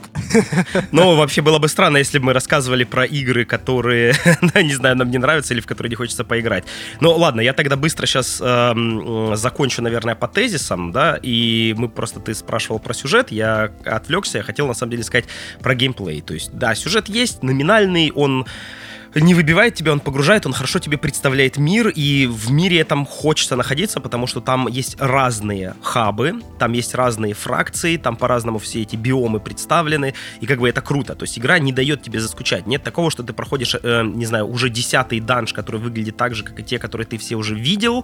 Ну, вообще было бы странно, если бы мы рассказывали про игры, которые, не знаю, нам не нравятся или в которые не хочется поиграть. Ну, ладно, я тогда быстро сейчас э, закончу, наверное, по тезисам, да, и И мы просто, ты спрашивал про сюжет, я отвлекся, я хотел на самом деле сказать про геймплей. То есть, да, сюжет есть, номинальный, он не выбивает тебя, он погружает, он хорошо тебе представляет мир, и в мире этом хочется находиться, потому что там есть разные хабы, там есть разные фракции, там по-разному все эти биомы представлены, и как бы это круто. То есть игра не дает тебе заскучать. Нет такого, что ты проходишь, э, не знаю, уже десятый данж, который выглядит так же, как и те, которые ты все уже видел,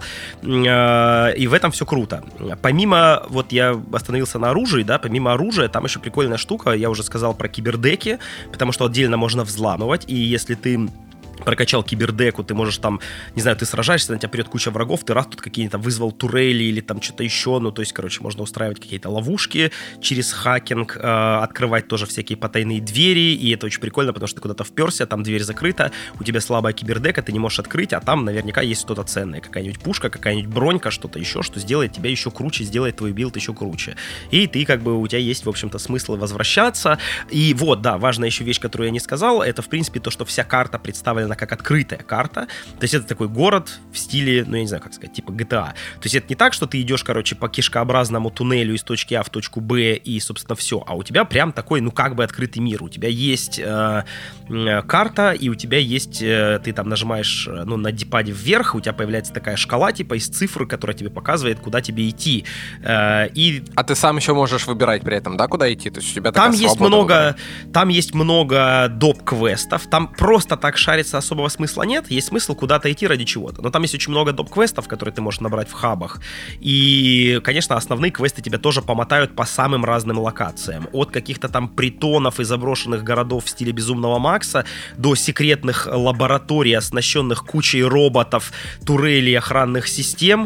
э, и в этом все круто. Помимо, вот я остановился на оружии, да, помимо оружия, там еще прикольная штука, я уже сказал про кибердеки, потому что отдельно можно взламывать, и если ты прокачал кибердеку, ты можешь там, не знаю, ты сражаешься, на тебя прет куча врагов, ты раз тут какие-то вызвал турели или там что-то еще, ну, то есть, короче, можно устраивать какие-то ловушки через хакинг, э, открывать тоже всякие потайные двери, и это очень прикольно, потому что ты куда-то вперся, там дверь закрыта, у тебя слабая кибердека, ты не можешь открыть, а там наверняка есть что-то ценное, какая-нибудь пушка, какая-нибудь бронька, что-то еще, что сделает тебя еще круче, сделает твой билд еще круче. И ты, как бы, у тебя есть, в общем-то, смысл возвращаться. И вот, да, важная еще вещь, которую я не сказал, это, в принципе, то, что вся карта представлена как открытая карта, то есть это такой город в стиле, ну я не знаю, как сказать, типа джи ти эй. То есть это не так, что ты идешь, короче, по кишкообразному туннелю из точки А в точку Б и, собственно, все, а у тебя прям такой, ну как бы открытый мир, у тебя есть э, э, карта, и у тебя есть, э, ты там нажимаешь, ну, на дипаде вверх, у тебя появляется такая шкала, типа из цифр, которая тебе показывает, куда тебе идти. Э, и... А ты сам еще можешь выбирать при этом, да, куда идти? То есть у тебя там такая есть свобода много, выбора. там есть много доп-квестов, там просто так шариться особого смысла нет, есть смысл куда-то идти ради чего-то. Но там есть очень много доп-квестов, которые ты можешь набрать в хабах. И, конечно, основные квесты тебя тоже помотают по самым разным локациям. От каких-то там притонов и заброшенных городов в стиле Безумного Макса до секретных лабораторий, оснащенных кучей роботов, турелей, охранных систем.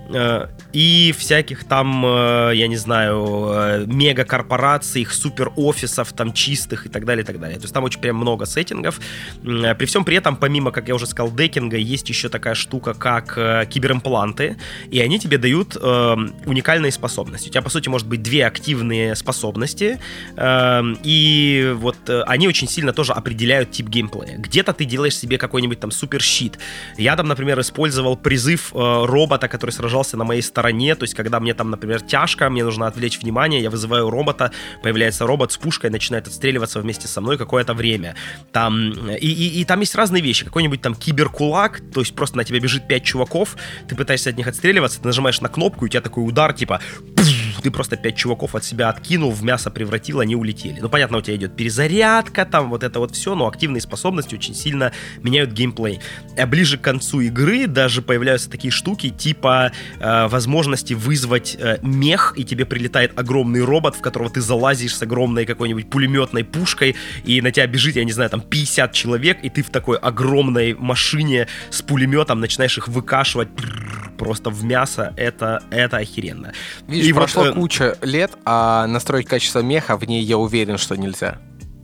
И всяких там, я не знаю, мегакорпораций, их супер-офисов там чистых и так далее, и так далее. То есть там очень прям много сеттингов. При всем при этом, помимо, как я уже сказал, декинга, есть еще такая штука, как киберимпланты, и они тебе дают э, уникальные способности. У тебя, по сути, может быть две активные способности, э, и вот э, они очень сильно тоже определяют тип геймплея. Где-то ты делаешь себе какой-нибудь там супер-щит. Я там, например, использовал призыв э, робота, который сражался на моей стороне, то есть когда мне там, например, тяжко, мне нужно отвлечь внимание, я вызываю робота, появляется робот с пушкой, начинает отстреливаться вместе со мной какое-то время. Там, и, и, и там есть разные вещи, какой-нибудь там киберкулак, то есть просто на тебя бежит пять чуваков, ты пытаешься от них отстреливаться, ты нажимаешь на кнопку, и у тебя такой удар, типа, ты просто пять чуваков от себя откинул, в мясо превратил, они улетели. Ну, понятно, у тебя идет перезарядка, там вот это вот все, но активные способности очень сильно меняют геймплей. А ближе к концу игры даже появляются такие штуки, типа э, возможности вызвать э, мех, и тебе прилетает огромный робот, в которого ты залазишь с огромной какой-нибудь пулеметной пушкой, и на тебя бежит, я не знаю, там пятьдесят человек, и ты в такой огромной машине с пулеметом начинаешь их выкашивать просто в мясо. Это, это охеренно. Видишь, и прошло вот, э, куча лет, а настроить качество меха в ней я уверен, что нельзя.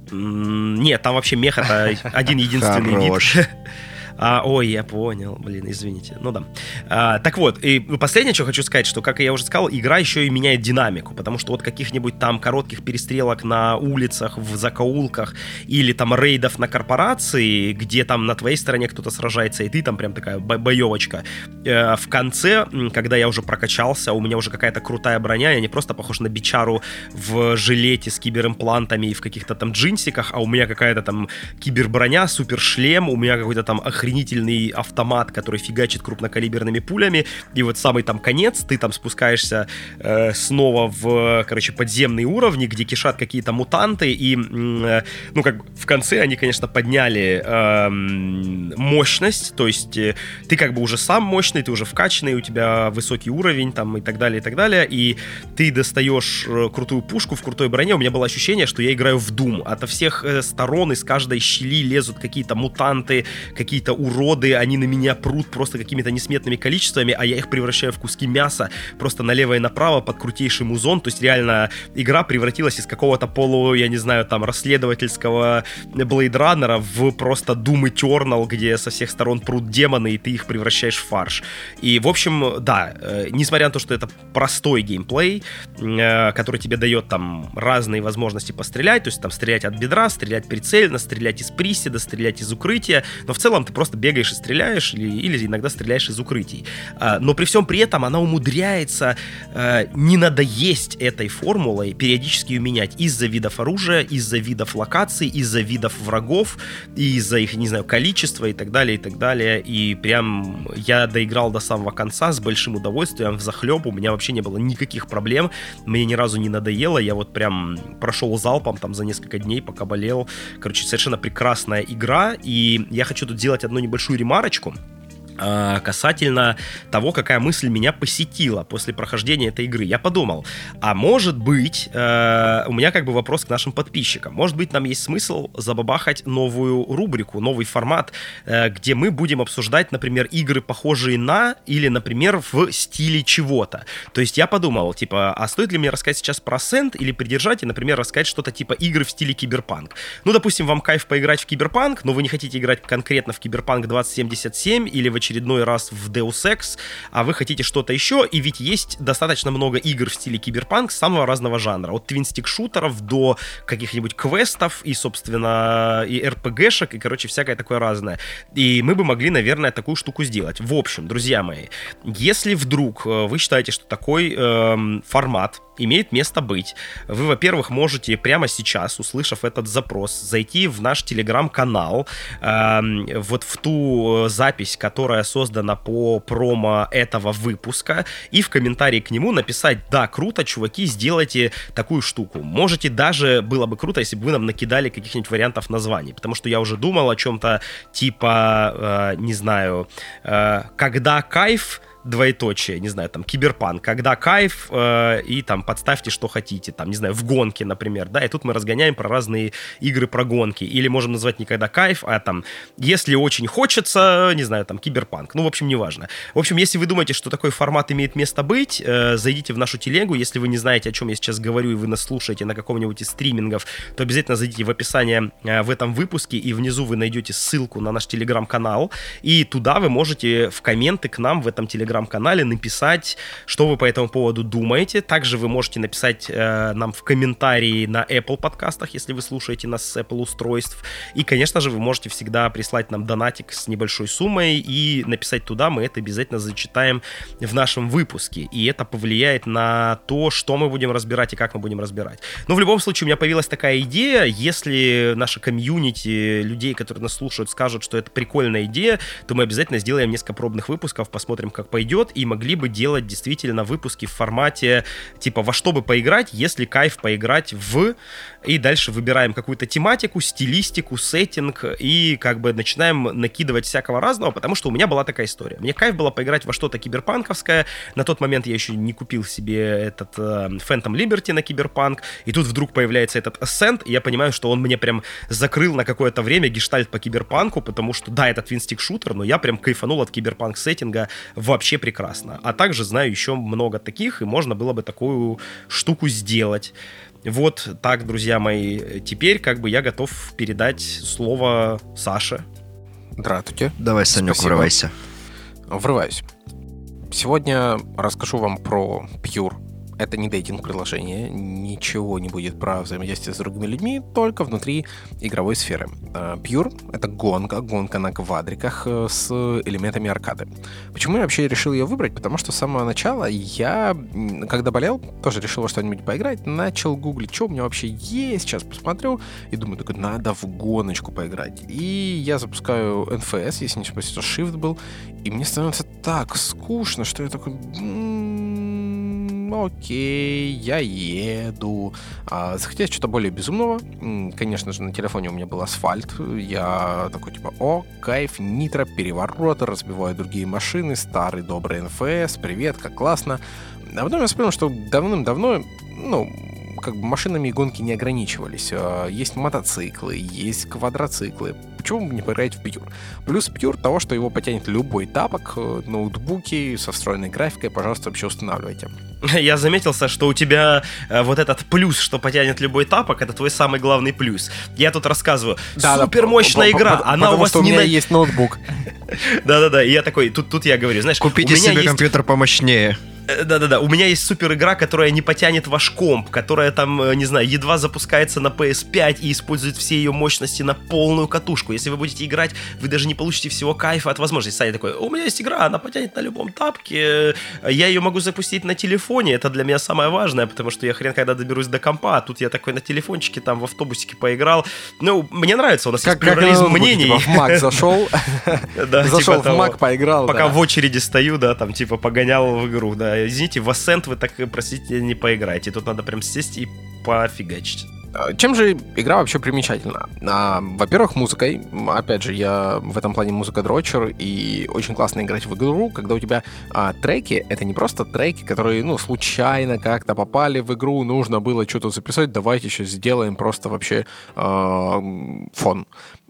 Нет, там вообще мех — это один единственный вид. А, ой, я понял, блин, извините. Ну да. А, так вот, и последнее, что хочу сказать, что, как я уже сказал, игра еще и меняет динамику, потому что от каких-нибудь там коротких перестрелок на улицах, в закоулках, или там рейдов на корпорации, где там на твоей стороне кто-то сражается, и ты там прям такая бо- боевочка. Э, в конце, когда я уже прокачался, у меня уже какая-то крутая броня, я не просто похож на бичару в жилете с киберимплантами и в каких-то там джинсиках, а у меня какая-то там киберброня, супершлем, у меня какой-то там охренительный автомат, который фигачит крупнокалиберными пулями, и вот самый там конец, ты там спускаешься э, снова в, короче, подземные уровни, где кишат какие-то мутанты, и, э, ну, как бы в конце они, конечно, подняли э, мощность, то есть э, ты как бы уже сам мощный, ты уже вкачанный, у тебя высокий уровень, там, и так далее, и так далее, и ты достаешь э, крутую пушку в крутой броне, у меня было ощущение, что я играю в Doom, ото всех э, сторон, из каждой щели лезут какие-то мутанты, какие-то уроды, они на меня прут просто какими-то несметными количествами, а я их превращаю в куски мяса просто налево и направо под крутейший музон. То есть реально игра превратилась из какого-то полу, я не знаю, там, расследовательского Blade Runner в просто Doom Eternal, где со всех сторон прут демоны, и ты их превращаешь в фарш. И, в общем, да, э, несмотря на то, что это простой геймплей, э, который тебе дает там разные возможности пострелять, то есть там стрелять от бедра, стрелять прицельно, стрелять из приседа, стрелять из укрытия, но в целом ты просто бегаешь и стреляешь, или, или иногда стреляешь из укрытий. А, но при всем при этом она умудряется а, не надоесть этой формулой, периодически ее менять из-за видов оружия, из-за видов локаций, из-за видов врагов, из-за их, не знаю, количества и так далее, и так далее. И прям я доиграл до самого конца с большим удовольствием, взахлеб, у меня вообще не было никаких проблем, мне ни разу не надоело, я вот прям прошел залпом там за несколько дней, пока болел. Короче, совершенно прекрасная игра, и я хочу тут делать одну небольшую ремарочку. касательно того, какая мысль меня посетила после прохождения этой игры. Я подумал, а может быть, э, у меня как бы вопрос к нашим подписчикам. Может быть, нам есть смысл забабахать новую рубрику, новый формат, э, где мы будем обсуждать, например, игры, похожие на, или, например, в стиле чего-то. То есть я подумал, типа, а стоит ли мне рассказать сейчас про Ascent или придержать и, например, рассказать что-то типа игры в стиле киберпанк. Ну, допустим, вам кайф поиграть в киберпанк, но вы не хотите играть конкретно в киберпанк двадцать семьдесят семь или в очередной раз в Deus Ex, а вы хотите что-то еще, и ведь есть достаточно много игр в стиле киберпанк самого разного жанра, от твинстик-шутеров до каких-нибудь квестов и, собственно, и эр пи джи-шек, и, короче, всякое такое разное. И мы бы могли, наверное, такую штуку сделать. В общем, друзья мои, если вдруг вы считаете, что такой эм, формат имеет место быть, вы, во-первых, можете прямо сейчас, услышав этот запрос, зайти в наш телеграм-канал, э, вот в ту запись, которая создана по промо этого выпуска, и в комментарии к нему написать: да, круто, чуваки, сделайте такую штуку. Можете даже, было бы круто, если бы вы нам накидали каких-нибудь вариантов названий, потому что я уже думал о чем-то типа, э, не знаю, э, когда кайф, двоеточие, не знаю, там, киберпанк, когда кайф, э, и там подставьте, что хотите, там, не знаю, в гонке, например, да, и тут мы разгоняем про разные игры про гонки, или можем назвать не когда кайф, а там, если очень хочется, не знаю, там, киберпанк, ну, в общем, неважно. В общем, если вы думаете, что такой формат имеет место быть, э, зайдите в нашу телегу, если вы не знаете, о чем я сейчас говорю, и вы нас слушаете на каком-нибудь из стримингов, то обязательно зайдите в описание э, в этом выпуске, и внизу вы найдете ссылку на наш телеграм-канал, и туда вы можете в комменты к нам в этом телеграм телеграм-канале написать, что вы по этому поводу думаете. Также вы можете написать э, нам в комментарии на Apple подкастах, если вы слушаете нас с Apple устройств. И, конечно же, вы можете всегда прислать нам донатик с небольшой суммой и написать туда, мы это обязательно зачитаем в нашем выпуске. И это повлияет на то, что мы будем разбирать и как мы будем разбирать. Но в любом случае у меня появилась такая идея, если наша комьюнити людей, которые нас слушают, скажут, что это прикольная идея, то мы обязательно сделаем несколько пробных выпусков, посмотрим, как пойдет, и могли бы делать действительно выпуски в формате типа во что бы поиграть, если кайф поиграть в... И дальше выбираем какую-то тематику, стилистику, сеттинг и как бы начинаем накидывать всякого разного, потому что у меня была такая история. Мне кайф было поиграть во что-то киберпанковское. На тот момент я еще не купил себе этот э, Phantom Liberty на киберпанк, и тут вдруг появляется этот Ascent, и я понимаю, что он мне прям закрыл на какое-то время гештальт по киберпанку, потому что, да, это твинстик-шутер, но я прям кайфанул от киберпанк-сеттинга вообще прекрасно. А также знаю еще много таких, и можно было бы такую штуку сделать. Вот так, друзья мои. Теперь как бы я готов передать слово Саше. Здравствуйте. Давай, Санек, Спасибо. врывайся. Врываюсь. Сегодня расскажу вам про Pure. Это не дейтинг-приложение, ничего не будет про взаимодействие с другими людьми, только внутри игровой сферы. Pure — это гонка, гонка на квадриках с элементами аркады. Почему я вообще решил ее выбрать? Потому что с самого начала я, когда болел, тоже решил во что-нибудь поиграть, начал гуглить, что у меня вообще есть, сейчас посмотрю, и думаю, такой, надо в гоночку поиграть. И я запускаю эн эф эс, если не ошибаюсь, это Shift был, и мне становится так скучно, что я такой... Окей, я еду. А, захотелось что-то более безумного. Конечно же, на телефоне у меня был Асфальт. Я такой, типа, о, кайф, нитро, перевороты, разбиваю другие машины, старый добрый эн эф эс, привет, как классно. А потом я вспомнил, что давным-давно, ну, как бы машинами и гонки не ограничивались. Есть мотоциклы, есть квадроциклы. Почему бы не поиграть в Pure? Плюс Pure того, что его потянет любой тапок, ноутбуки со встроенной графикой, пожалуйста, вообще устанавливайте. Я заметился, что у тебя э, вот этот плюс, что потянет любой тапок, это твой самый главный плюс. Я тут рассказываю, да, супер мощная да, игра, по, по, она у вас что не... у меня есть ноутбук. Да-да-да, и я такой, тут, тут я говорю, знаешь... Купите себе компьютер помощнее. Да-да-да, у меня есть супер игра, которая не потянет ваш комп, которая там, не знаю, едва запускается на пи эс пять и использует все ее мощности на полную катушку. Если вы будете играть, вы даже не получите всего кайфа от возможности. Саня такой, у меня есть игра, она потянет на любом тапке, я ее могу запустить на телефоне, это для меня самое важное, потому что я хрен когда доберусь до компа, а тут я такой на телефончике там в автобусике поиграл. Ну, мне нравится, у нас есть плюрализм мнений. В Mac зашел, зашел в Mac, поиграл. Пока в очереди стою, да, там типа погонял в игру, да. Извините, в Ascent вы так, простите, не поиграете. Тут надо прям сесть и пофигачить. Чем же игра вообще примечательна? А, во-первых, музыкой. Опять же, я в этом плане музыкодрочер, и очень классно играть в игру, когда у тебя а, треки — это не просто треки, которые, ну, случайно как-то попали в игру, нужно было что-то записать, давайте сейчас сделаем просто вообще а, фон.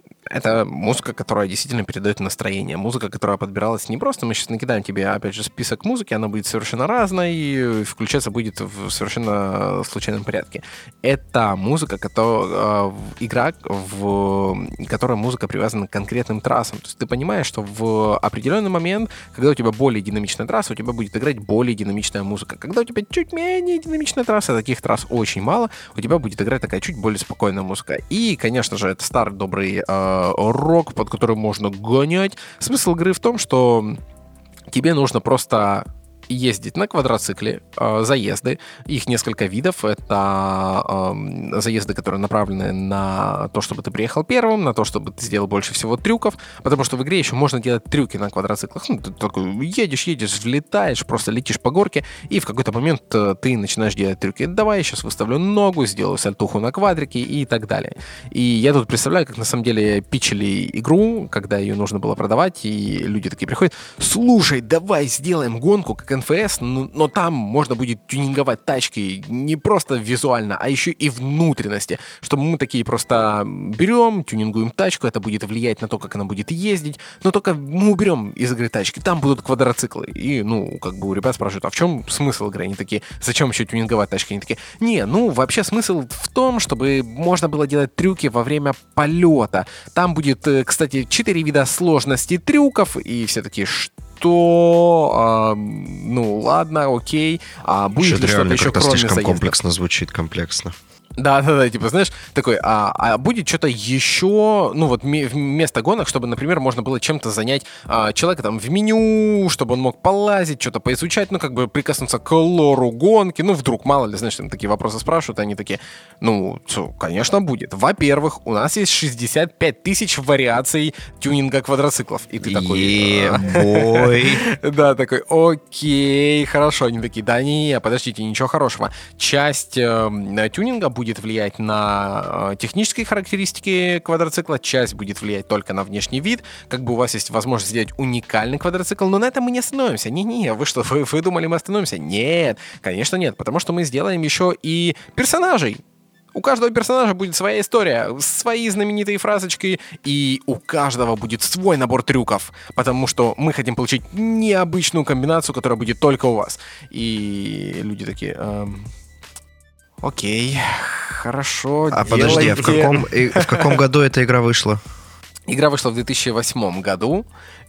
Это музыка, которая действительно передает настроение. Музыка, которая подбиралась не просто. Мы сейчас накидаем тебе, опять же, список музыки, она будет совершенно разной, и включаться будет в совершенно случайном порядке. Это музыка, которая, игра, в которой музыка привязана к конкретным трассам. То есть ты понимаешь, что в определенный момент, когда у тебя более динамичная трасса, у тебя будет играть более динамичная музыка. Когда у тебя чуть менее динамичная трасса, таких трасс очень мало, у тебя будет играть такая чуть более спокойная музыка. И, конечно же, это старый добрый рок, под который можно гонять. Смысл игры в том, что тебе нужно просто ездить на квадроцикле, э, заезды. Их несколько видов. Это э, заезды, которые направлены на то, чтобы ты приехал первым, на то, чтобы ты сделал больше всего трюков, потому что в игре еще можно делать трюки на квадроциклах. Ну, ты такой едешь, едешь, взлетаешь, просто летишь по горке, и в какой-то момент э, ты начинаешь делать трюки. Давай я сейчас выставлю ногу, сделаю сальтуху на квадрике и так далее. И я тут представляю, как на самом деле питчили игру, когда ее нужно было продавать, и люди такие приходят: слушай, давай сделаем гонку, как эн эф эс, но, но там можно будет тюнинговать тачки не просто визуально, а еще и внутренности, чтобы мы такие просто берем, тюнингуем тачку, это будет влиять на то, как она будет ездить, но только мы уберем из игры тачки, там будут квадроциклы. И, ну, как бы у ребят спрашивают, а в чем смысл игры? Они такие: зачем еще тюнинговать тачки? Они такие: не, ну, вообще смысл в том, чтобы можно было делать трюки во время полета. Там будет, кстати, четыре вида сложности трюков, и все такие: что? То, а, ну ладно, окей. А будет Что-то ли что-то еще кроме слишком заезда? комплексно звучит, комплексно. Да, да, да, типа, знаешь, такой, а, а будет что-то еще, ну вот ми- вместо гонок, чтобы, например, можно было чем-то занять а, человека там в меню, чтобы он мог полазить, что-то поизучать, ну как бы прикоснуться к лору гонки, ну вдруг, мало ли, знаешь, там такие вопросы спрашивают, они такие: ну, что, конечно, будет. Во-первых, у нас есть шестьдесят пять тысяч вариаций тюнинга квадроциклов, и ты такой... Е-бой. Да, такой: окей, хорошо. Они такие: да не, подождите, ничего хорошего. Часть э, тюнинга будет влиять на э, технические характеристики квадроцикла, часть будет влиять только на внешний вид. Как бы у вас есть возможность сделать уникальный квадроцикл, но на этом мы не остановимся. Не-не, вы что, вы, вы думали, мы остановимся? Нет, конечно нет, потому что мы сделаем еще и персонажей. У каждого персонажа будет своя история, свои знаменитые фразочки, и у каждого будет свой набор трюков, потому что мы хотим получить необычную комбинацию, которая будет только у вас. И люди такие: эм, окей, хорошо, А подожди, а в каком, и, в каком году эта игра вышла? Игра вышла в две тысячи восьмом году,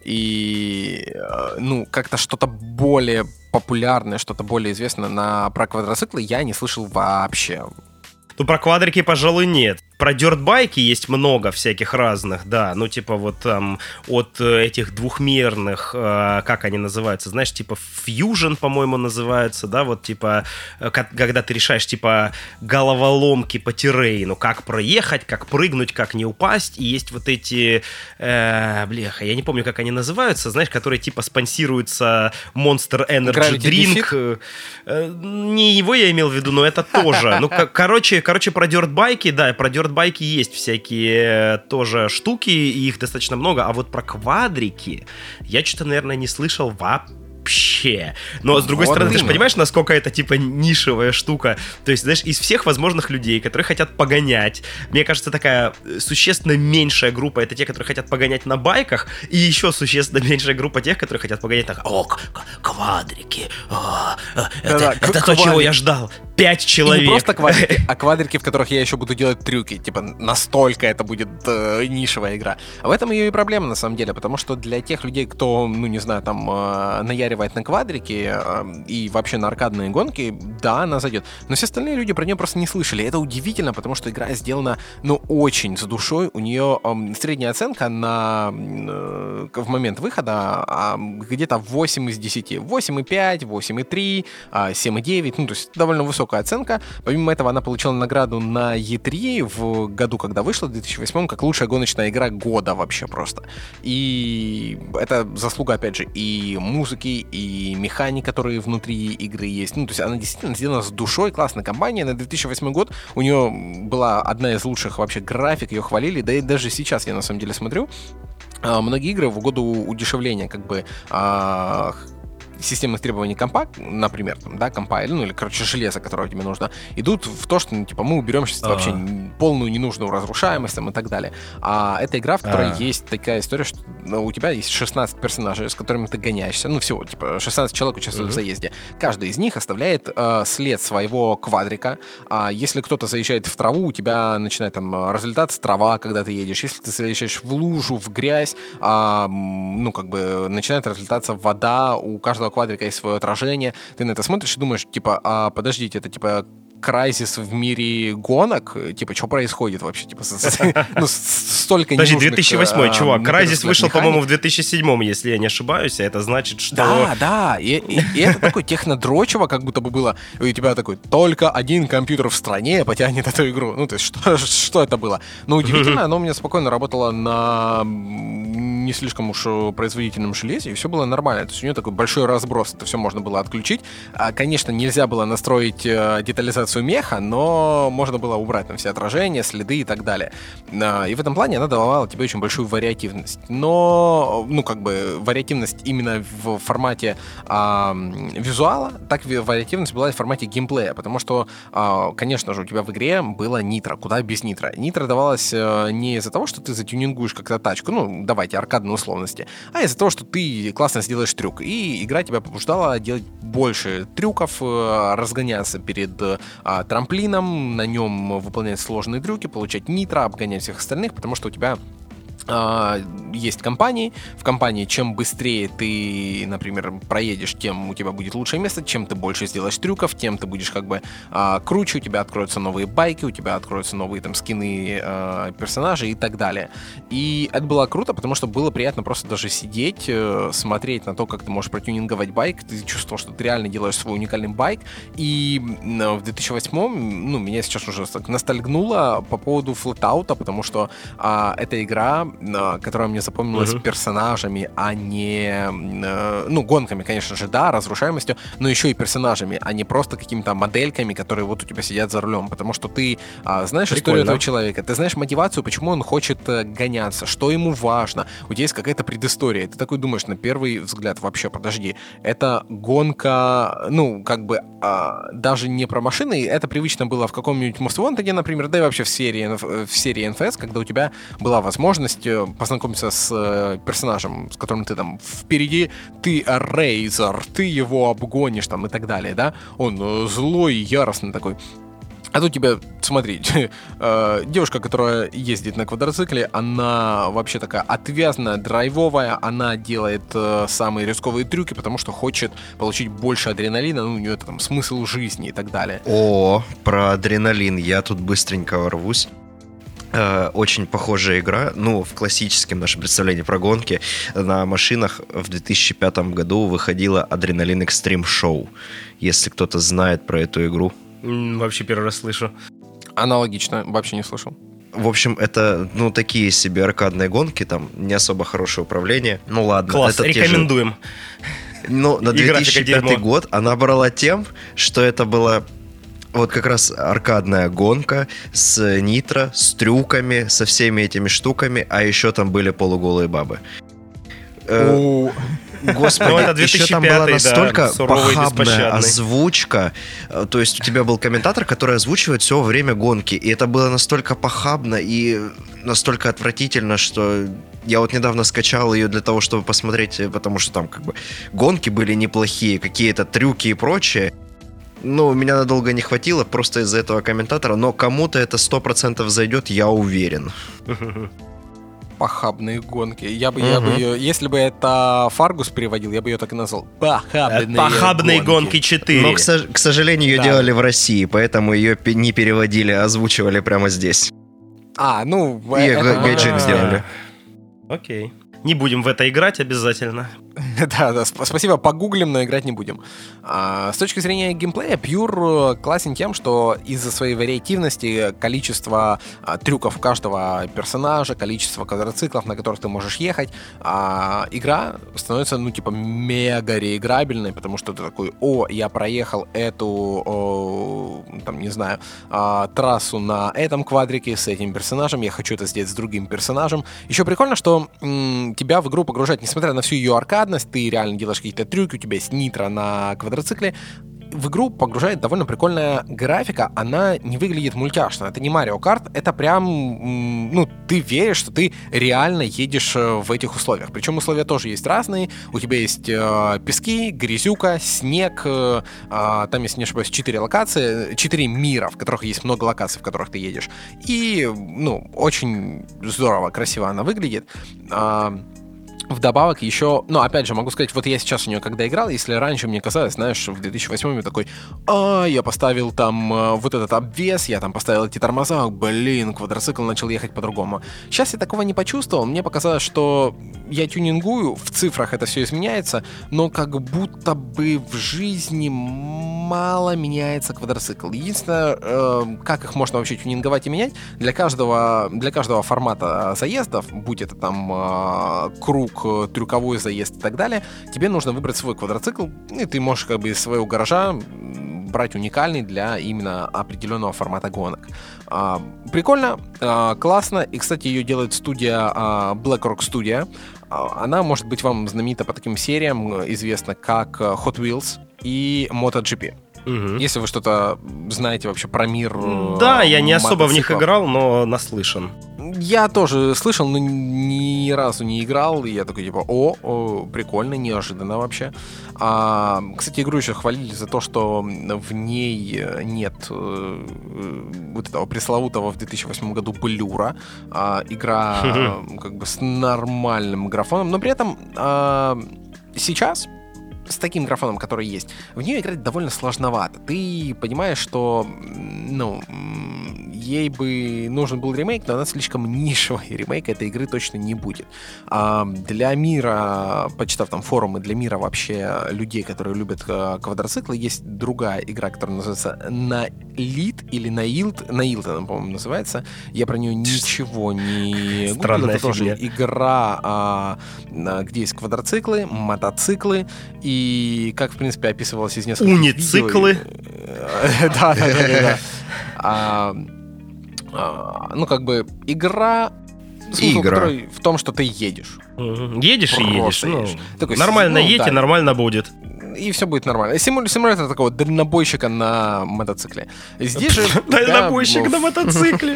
и, ну, как-то что-то более популярное, что-то более известное на, про квадроциклы я не слышал вообще. Ну, про квадрики, пожалуй, нет. Про дёртбайки есть много всяких разных, да. Ну, типа вот там от этих двухмерных, э, как они называются, знаешь, типа Fusion, по-моему, называются, да, вот типа, как, когда ты решаешь, типа, головоломки по террейну, как проехать, как прыгнуть, как не упасть, и есть вот эти, э, бляха, я не помню, как они называются, знаешь, которые типа спонсируются Monster Energy Drink. Э, не его я имел в виду, но это тоже. Ну, короче, короче, про дёртбайки, да, про дёртбайки байки есть всякие тоже штуки, и их достаточно много, а вот про квадрики я что-то, наверное, не слышал вообще. Вообще. Но, с другой вот стороны, именно. Ты же понимаешь, насколько это, типа, нишевая штука. То есть, знаешь, из всех возможных людей, которые хотят погонять, мне кажется, такая существенно меньшая группа — это те, которые хотят погонять на байках, и еще существенно меньшая группа тех, которые хотят погонять на... О, квадрики. О, это да, это то, чего я ждал. Пять человек. И не просто квадрики, а квадрики, в которых я еще буду делать трюки. Типа, настолько это будет э, нишевая игра. А в этом ее и проблема, на самом деле, потому что для тех людей, кто, ну, не знаю, там, э, наяривает на квадрике э, и вообще на аркадные гонки, да, она зайдет. Но все остальные люди про нее просто не слышали. Это удивительно, потому что игра сделана, ну, очень с душой. У нее э, средняя оценка на, э, в момент выхода э, где-то восемь из десяти. восемь и пять, восемь и три, э, семь и девять. Ну, то есть довольно высокая высокая оценка. Помимо этого, она получила награду на и три в году, когда вышла, в две тысячи восьмом, как лучшая гоночная игра года вообще просто. И это заслуга, опять же, и музыки, и механик, которые внутри игры есть. Ну, то есть она действительно сделана с душой, классная компания. На две тысячи восьмой год у нее была одна из лучших вообще график, ее хвалили, да и даже сейчас я на самом деле смотрю, многие игры в угоду удешевления как бы системных требований компа, например, там, да, компа, ну или, короче, железо, которое тебе нужно, идут в то, что, ну, типа, мы уберем сейчас А-а-а. вообще полную ненужную разрушаемость там, и так далее. А это игра, в которой А-а-а. есть такая история, что ну, у тебя есть шестнадцать персонажей, с которыми ты гоняешься, ну, всего, типа, шестнадцать человек участвуют uh-huh. в заезде. Каждый из них оставляет э, след своего квадрика. А если кто-то заезжает в траву, у тебя начинает там разлетаться трава, когда ты едешь. Если ты заезжаешь в лужу, в грязь, а, ну, как бы, начинает разлетаться вода, у каждого квадрика есть свое отражение, ты на это смотришь и думаешь, типа, а подождите, это типа крайзис в мире гонок? Типа, что происходит вообще? Типа, ну, столько Подожди, две тысячи восьмой, а, чувак, крайзис вышел, механик. По-моему, в две тысячи седьмом, если я не ошибаюсь, а это значит, что... Да, да, и, и, и это такое технодрочево как будто бы было, и у тебя такой, только один компьютер в стране потянет эту игру. Ну, то есть, что, что это было? Ну, удивительно, оно у меня спокойно работало на не слишком уж производительном железе, и все было нормально. То есть у нее такой большой разброс, это все можно было отключить. А, конечно, нельзя было настроить э, детализацию меха, но можно было убрать там все отражения, следы и так далее. А, и в этом плане она давала тебе очень большую вариативность. Но, ну, как бы, вариативность именно в формате а, визуала, так вариативность была и в формате геймплея, потому что, а, конечно же, у тебя в игре было нитро, куда без нитро. Нитро давалось а, не из-за того, что ты затюнингуешь как-то тачку, ну, давайте, аркадные условности, а из-за того, что ты классно сделаешь трюк. И игра тебя побуждала делать больше трюков, разгоняться перед а, трамплином, на нем выполнять сложные трюки, получать нитро, обгонять всех остальных, потому что у тебя есть компании. В компании чем быстрее ты, например, проедешь, тем у тебя будет лучшее место, чем ты больше сделаешь трюков, тем ты будешь как бы а, круче, у тебя откроются новые байки, у тебя откроются новые там скины а, персонажей и так далее. И это было круто, потому что было приятно просто даже сидеть, смотреть на то, как ты можешь протюнинговать байк, ты чувствовал, что ты реально делаешь свой уникальный байк. И в две тысячи восьмом, ну, меня сейчас уже так ностальгнуло по поводу Flatout, потому что а, эта игра, которая мне запомнилась uh-huh. персонажами, а не... Ну, гонками, конечно же, да, разрушаемостью, но еще и персонажами, а не просто какими-то модельками, которые вот у тебя сидят за рулем. Потому что ты а, знаешь Прикольно. Историю этого человека, ты знаешь мотивацию, почему он хочет гоняться, что ему важно. У тебя есть какая-то предыстория. Ты такой думаешь на первый взгляд, вообще, подожди, это гонка, ну, как бы а, даже не про машины, это привычно было в каком-нибудь Most Wanted, например, да и вообще в серии, в серии эн эф эс, когда у тебя была возможность познакомиться с э, персонажем, с которым ты там впереди, ты рейзер, ты его обгонишь там и так далее, да? Он э, злой, яростный такой. А тут тебя, смотри, э, девушка, которая ездит на квадроцикле, она вообще такая отвязная, драйвовая, она делает э, самые рисковые трюки, потому что хочет получить больше адреналина, ну, у нее это там смысл жизни и так далее. О, про адреналин я тут быстренько ворвусь. Очень похожая игра, ну, в классическом нашем представлении про гонки. На машинах в две тысячи пятом году выходила Adrenaline Extreme Show. Если кто-то знает про эту игру. Вообще первый раз слышу. Аналогично, вообще не слышал. В общем, это, ну, такие себе аркадные гонки, там не особо хорошее управление. Ну, ладно. Класс, это рекомендуем. Же... Ну, на две тысячи пятый год она брала тем, что это было... Вот как раз аркадная гонка с нитро, с трюками, со всеми этими штуками, а еще там были полуголые бабы. О, Господи, еще там была настолько похабная озвучка. То есть у тебя был комментатор, который озвучивает все во время гонки. И это было настолько похабно и настолько отвратительно, что я вот недавно скачал ее для того, чтобы посмотреть, потому что там как бы гонки были неплохие, какие-то трюки и прочее. Ну, меня надолго не хватило просто из-за этого комментатора, но кому-то это сто процентов зайдет, я уверен. Похабные гонки. Я бы, угу. я бы ее, если бы это Фаргус переводил, я бы ее так и назвал. Похабные, Похабные гонки. гонки четыре. Но, к, к сожалению, ее да. делали в России, поэтому ее не переводили, а озвучивали прямо здесь. А, ну... И гайджин сделали. Окей. Не будем в это играть обязательно. Да, да, спасибо, погуглим, но играть не будем. А, с точки зрения геймплея, Pure классен тем, что из-за своей вариативности, количества а, трюков каждого персонажа, количество квадроциклов, на которых ты можешь ехать, а, игра становится, ну, типа, мега реиграбельной, потому что ты такой, о, я проехал эту, о, там, не знаю, а, трассу на этом квадрике с этим персонажем, я хочу это сделать с другим персонажем. Еще прикольно, что м, тебя в игру погружать, несмотря на всю ее аркадность, ты реально делаешь какие-то трюки, у тебя есть нитро на квадроцикле, в игру погружает довольно прикольная графика, она не выглядит мультяшно, это не Mario Kart, это прям, ну, ты веришь, что ты реально едешь в этих условиях, причем условия тоже есть разные, у тебя есть э, пески, грязюка, снег, э, э, там, если не ошибаюсь, четыре локации, четыре мира, в которых есть много локаций, в которых ты едешь, и, ну, очень здорово, красиво она выглядит. э, Вдобавок еще, ну, опять же, могу сказать, вот я сейчас в нее когда играл, если раньше мне казалось, знаешь, в две тысячи восьмом я такой, а, я поставил там э, вот этот обвес, я там поставил эти тормоза, блин, квадроцикл начал ехать по-другому. Сейчас я такого не почувствовал, мне показалось, что я тюнингую, в цифрах это все изменяется, но как будто бы в жизни мало меняется квадроцикл. Единственное, э, как их можно вообще тюнинговать и менять, для каждого, для каждого формата заездов, будь это там э, круг, трюковой заезд и так далее, тебе нужно выбрать свой квадроцикл, и ты можешь как бы из своего гаража брать уникальный для именно определенного формата гонок. А, прикольно, а, классно, и, кстати, ее делает студия а, BlackRock Studio. А, она может быть вам знаменита по таким сериям, известна как Hot Wheels и MotoGP. Угу. Если вы что-то знаете вообще про мир Да, я не особо в них играл, но наслышан. Я тоже слышал, но ни разу не играл. И я такой, типа, о, о прикольно, неожиданно вообще. А, кстати, игру еще хвалили за то, что в ней нет э, вот этого пресловутого в две тысячи восьмом году блюра. А, игра как бы с нормальным графоном, но при этом а, сейчас с таким графоном, который есть, в нее играть довольно сложновато. Ты понимаешь, что, ну, ей бы нужен был ремейк, но она слишком нишевая, и ремейка этой игры точно не будет. А для мира, почитав там форумы, для мира вообще людей, которые любят квадроциклы, есть другая игра, которая называется Nailed или Nailed, Nailed она, по-моему, называется. Я про нее ничего не гуглил. Это тоже игра, а, где есть квадроциклы, мотоциклы, и как, в принципе, описывалось из нескольких Унициклы. Да, да, да, да. Ну, как бы, игра, смысл которой в том, что ты едешь. Едешь и едешь. Нормально едь, и нормально будет. И все будет нормально. Симу- симулятор такого дальнобойщика на мотоцикле. Здесь же... Дальнобойщик на мотоцикле.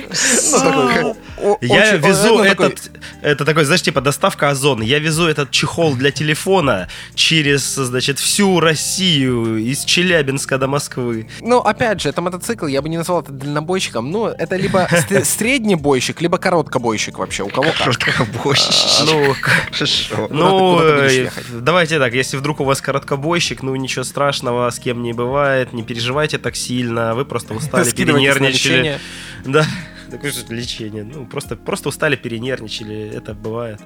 Я везу этот... Это такой, знаешь, типа доставка Озон. Я везу этот чехол для телефона через, значит, всю Россию, из Челябинска до Москвы. Ну, опять же, это мотоцикл, я бы не назвал это дальнобойщиком. Ну, это либо средний бойщик, либо короткобойщик вообще. У кого как. Короткобойщик. Ну, хорошо. Ну, давайте так, если вдруг у вас короткобойщик, ну ничего страшного, с кем не бывает, не переживайте так сильно, вы просто устали, перенервничали. Да, такое же лечение. Ну, просто, просто устали, перенервничали, это бывает.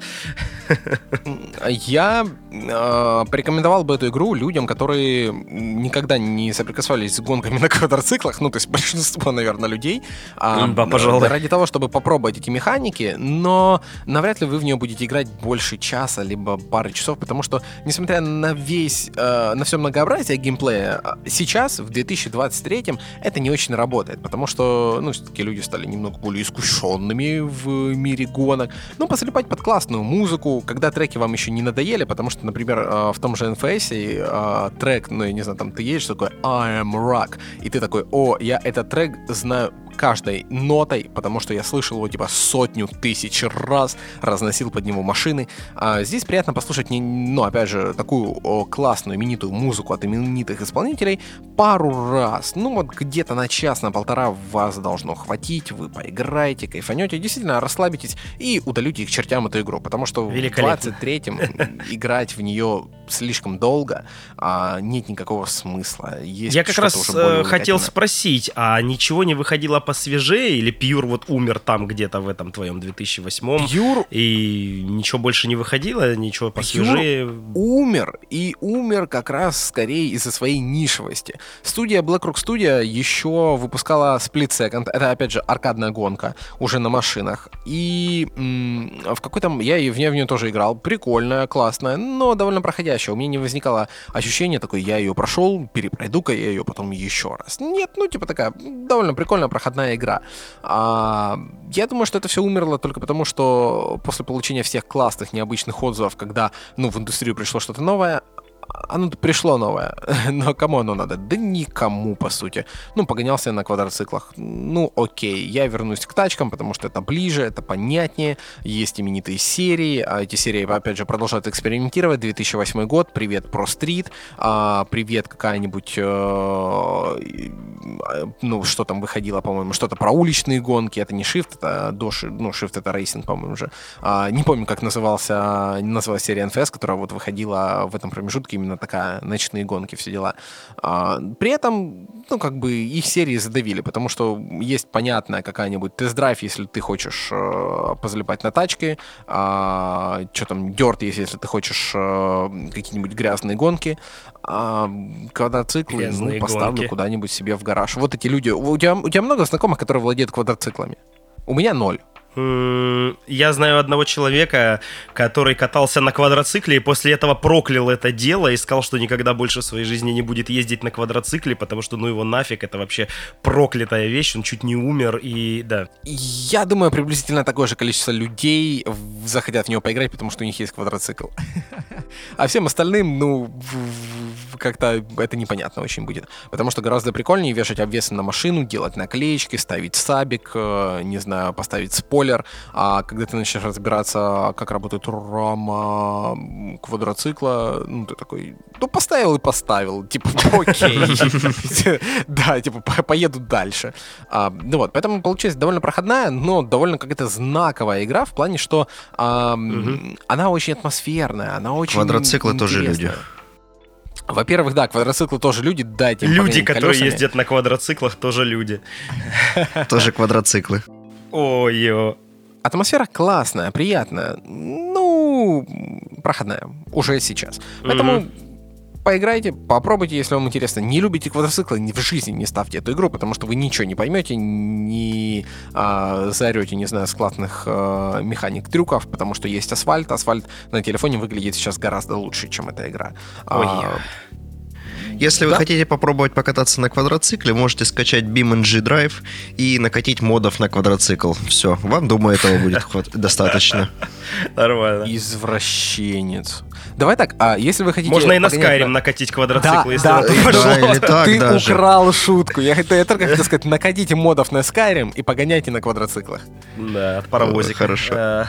Я э, порекомендовал бы эту игру людям, которые никогда не соприкасались с гонками на квадроциклах, ну, то есть большинство, наверное, людей. А, да, пожалуй. Ради того, чтобы попробовать эти механики, но навряд ли вы в нее будете играть больше часа, либо пары часов, потому что, несмотря на весь, э, на все многообразие геймплея, сейчас, в две тысячи двадцать третьем, это не очень работает, потому что, ну, все-таки люди стали немного более искушенными в мире гонок, но посыпать под классную музыку, когда треки вам еще не надоели, потому что, например, в том же эн эф эс трек, ну, я не знаю, там ты едешь такой I am rock, и ты такой, о, я этот трек знаю каждой нотой, потому что я слышал его типа сотню тысяч раз, разносил под него машины. А здесь приятно послушать, ну, опять же, такую о, классную, именитую музыку от именитых исполнителей пару раз. Ну, вот где-то на час, на полтора вас должно хватить, вы поиграете, кайфанете, действительно расслабитесь и удалите их к чертям эту игру, потому что в двадцать третьем играть в нее слишком долго, а нет никакого смысла. Есть я как раз хотел спросить, а ничего не выходило была посвежее, или Pure вот умер там где-то в этом твоем две тысячи восьмом, Pure... и ничего больше не выходило, ничего посвежее? Pure умер, и умер как раз скорее из-за своей нишевости. Студия BlackRock Studio еще выпускала Split Second, это, опять же, аркадная гонка, уже на машинах, и м- в какой-то... Я и в нее, в нее тоже играл, прикольная, классная, но довольно проходящая. У меня не возникало ощущения такое, я ее прошел, перепройду-ка я ее потом еще раз. Нет, ну, типа такая довольно прикольная проходная игра. А, я думаю, что это все умерло только потому, что после получения всех классных, необычных отзывов, когда, ну, в индустрию пришло что-то новое, оно пришло новое, но кому оно надо? Да никому, по сути. Ну, погонялся я на квадроциклах. Ну, окей, я вернусь к тачкам, потому что это ближе, это понятнее. Есть именитые серии, а эти серии, опять же, продолжают экспериментировать. две тысячи восьмой год, привет Pro Street, а, привет какая-нибудь, э, ну, что там выходило, по-моему, что-то про уличные гонки. Это не Shift, это до, ну, Shift это Racing, по-моему, уже. А, не помню, как назывался, называлась серия эн эф эс, которая вот выходила в этом промежутке, именно такая, ночные гонки, все дела. А, при этом, ну, как бы их серии задавили, потому что есть понятная какая-нибудь тест-драйв, если ты хочешь э, позалипать на тачке, а, что там, дёрт есть, если ты хочешь э, какие-нибудь грязные гонки, а квадроциклы, грязные ну, поставлю гонки. Куда-нибудь себе в гараж. Вот эти люди. У тебя, у тебя много знакомых, которые владеют квадроциклами? У меня ноль. Я знаю одного человека, который катался на квадроцикле и после этого проклял это дело и сказал, что никогда больше в своей жизни не будет ездить на квадроцикле, потому что ну его нафиг, это вообще проклятая вещь, он чуть не умер и да. Я думаю, приблизительно такое же количество людей захотят в него поиграть, потому что у них есть квадроцикл. А всем остальным, ну, как-то это непонятно очень будет. Потому что гораздо прикольнее вешать обвесы на машину, делать наклеечки, ставить сабик, не знаю, поставить спойлер. А когда ты начнешь разбираться, как работает рама квадроцикла, ну, ты такой, ну, поставил и поставил. Типа, окей. Да, типа, поеду дальше. Ну вот, поэтому получилась довольно проходная, но довольно какая-то знаковая игра в плане, что она очень атмосферная, она очень Квадроциклы тоже люди. Во-первых, да, квадроциклы тоже люди, дайте им Люди, погонять которые колесами. ездят на квадроциклах, тоже люди. Тоже квадроциклы. Ой-ё. Атмосфера классная, приятная, ну, проходная, уже сейчас. Поэтому mm-hmm. поиграйте, попробуйте, если вам интересно. Не любите квадроциклы, ни в жизни не ставьте эту игру, потому что вы ничего не поймете, не а, заорете, не знаю, с классных а, механик трюков, потому что есть асфальт. Асфальт на телефоне выглядит сейчас гораздо лучше, чем эта игра. Ой. А, Если да? вы хотите попробовать покататься на квадроцикле, можете скачать BeamNG Drive и накатить модов на квадроцикл. Все, вам, думаю, этого будет достаточно. Нормально. Извращенец. Давай так, а если вы хотите... Можно и на погонять Skyrim накатить квадроцикл, Да, если да, на ты, то пошло. Да, или так ты даже. украл шутку. Я, я только хотел сказать, накатите модов на Skyrim и погоняйте на квадроциклах. Да, от паровозика. Хорошо. А,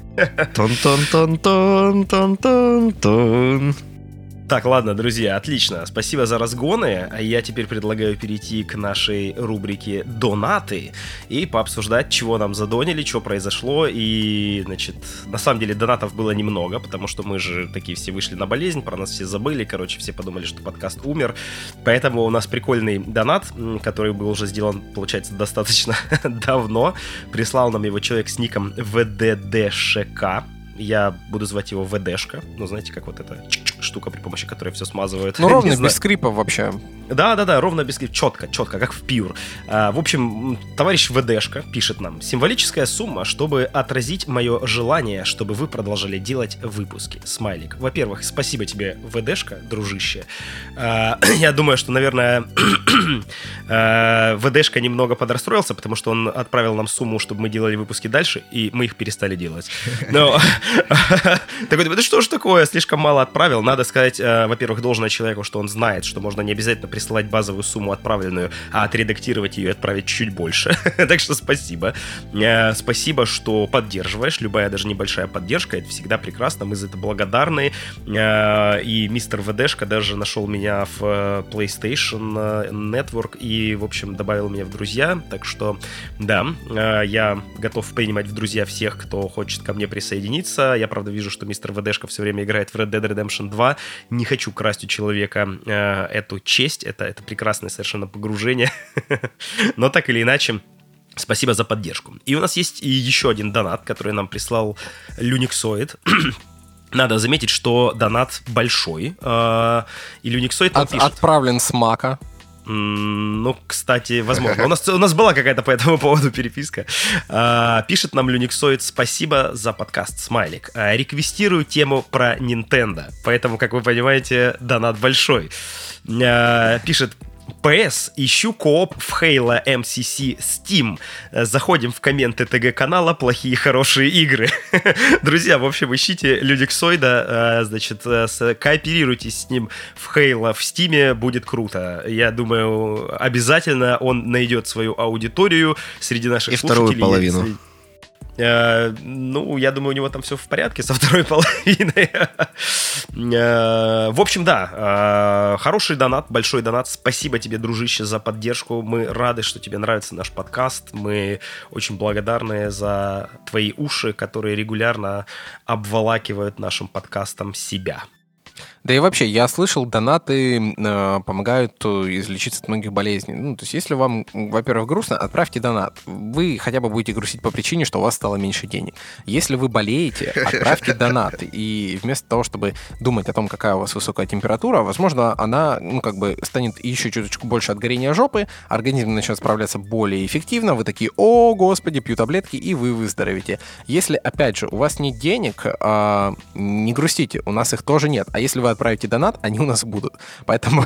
Тон-тон-тон-тон-тон-тон. Так, ладно, друзья, отлично. Спасибо за разгоны. А я теперь предлагаю перейти к нашей рубрике «Донаты» и пообсуждать, чего нам задонили, что произошло. И, значит, на самом деле донатов было немного, потому что мы же такие все вышли на болезнь, про нас все забыли, короче, все подумали, что подкаст умер. Поэтому у нас прикольный донат, который был уже сделан, получается, достаточно давно. Прислал нам его человек с ником ВДДШК. Я буду звать его ВДшка. Ну, знаете, как вот эта штука, при помощи которой все смазывают. Ну, ровно, без скрипов вообще. Да-да-да, ровно без скрипов. Четко, четко, как в Pure. А, в общем, товарищ ВДшка пишет нам. Символическая сумма, чтобы отразить мое желание, чтобы вы продолжали делать выпуски. Смайлик. Во-первых, спасибо тебе, ВДшка, дружище. А, я думаю, что, наверное, ВДшка немного подрастроился, потому что он отправил нам сумму, чтобы мы делали выпуски дальше, и мы их перестали делать. Но... Такой, да что ж такое, слишком мало отправил. Надо сказать, э, во-первых, должное человеку, что он знает, что можно не обязательно присылать базовую сумму отправленную, а отредактировать ее и отправить чуть больше. Так что спасибо. Э, спасибо, что поддерживаешь. Любая даже небольшая поддержка, это всегда прекрасно. Мы за это благодарны. Э, и мистер ВДшка даже нашел меня в PlayStation Network и, в общем, добавил меня в друзья. Так что, да, э, я готов принимать в друзья всех, кто хочет ко мне присоединиться. Я, правда, вижу, что мистер ВДшка все время играет в Red Dead Redemption два. Не хочу красть у человека э, эту честь. Это, это прекрасное совершенно погружение. Но так или иначе, Спасибо за поддержку. И у нас есть и еще один донат, который нам прислал Люниксоид. Надо заметить, что донат большой. И Люниксоид там От, пишет... Отправлен с Мака. Ну, кстати, возможно. У нас, у нас была какая-то по этому поводу переписка. А, пишет нам Люниксоид: спасибо за подкаст, смайлик. А, реквестирую тему про Nintendo. Поэтому, как вы понимаете, донат большой. А, пишет: ПС, ищу кооп в Halo эм си си Steam. Заходим в комменты ТГ-канала «Плохие хорошие игры». Друзья, в общем, ищите Людиксоида, значит, кооперируйтесь с ним в Halo в Steam, будет круто. Я думаю, обязательно он найдет свою аудиторию среди наших и слушателей. И вторую половину. Среди... Ну, я думаю, у него там все в порядке со второй половиной. В общем, да, хороший донат, большой донат. Спасибо тебе, дружище, за поддержку. Мы рады, что тебе нравится наш подкаст. Мы очень благодарны за твои уши, которые регулярно обволакивают нашим подкастом себя. Да и вообще, я слышал, донаты э, помогают излечиться от многих болезней. Ну, то есть, если вам, во-первых, грустно, отправьте донат. Вы хотя бы будете грустить по причине, что у вас стало меньше денег. Если вы болеете, отправьте донат. И вместо того, чтобы думать о том, какая у вас высокая температура, возможно, она, ну, как бы станет еще чуточку больше от горения жопы, организм начнет справляться более эффективно, вы такие: о, господи, пью таблетки, и вы выздоровеете. Если, опять же, у вас нет денег, э, не грустите, у нас их тоже нет. А если вы отправите донат, они у нас будут. Поэтому...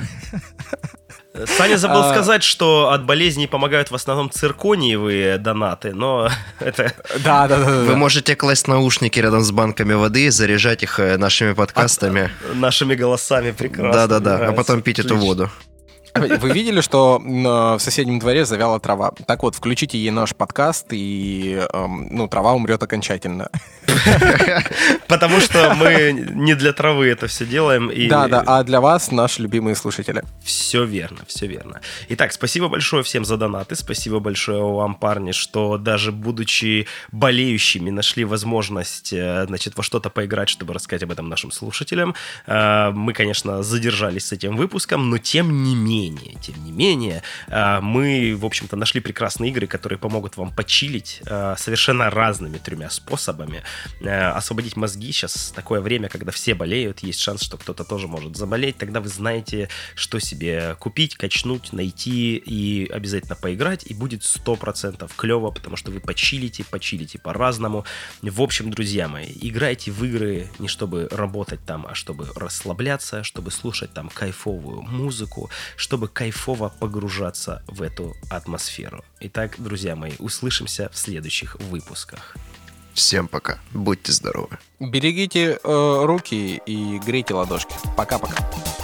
Саня забыл а... сказать, что от болезней помогают в основном циркониевые донаты, но это... Да, да, да. Вы да. можете класть наушники рядом с банками воды и заряжать их нашими подкастами. От... Нашими голосами прекрасно. Да-да-да, а потом пить эту воду. Вы видели, что в соседнем дворе завяла трава? Так вот, включите ей наш подкаст, и ну, трава умрет окончательно. Потому что мы не для травы это все делаем. И... Да, да, а для вас, наши любимые слушатели. Все верно, все верно. Итак, спасибо большое всем за донаты. Спасибо большое вам, парни, что даже будучи болеющими, нашли возможность, значит, во что-то поиграть, чтобы рассказать об этом нашим слушателям. Мы, конечно, задержались с этим выпуском, но тем не менее, Тем не менее, мы, в общем-то, нашли прекрасные игры, которые помогут вам почилить совершенно разными тремя способами. Освободить мозги. Сейчас такое время, когда все болеют, есть шанс, что кто-то тоже может заболеть. Тогда вы знаете, что себе купить, качнуть, найти и обязательно поиграть. И будет сто процентов клево, потому что вы почилите, почилите по-разному. В общем, друзья мои, играйте в игры не чтобы работать там, а чтобы расслабляться, чтобы слушать там кайфовую музыку, чтобы чтобы кайфово погружаться в эту атмосферу. Итак, друзья мои, услышимся в следующих выпусках. Всем пока. Будьте здоровы. Берегите э, руки и грейте ладошки. Пока-пока.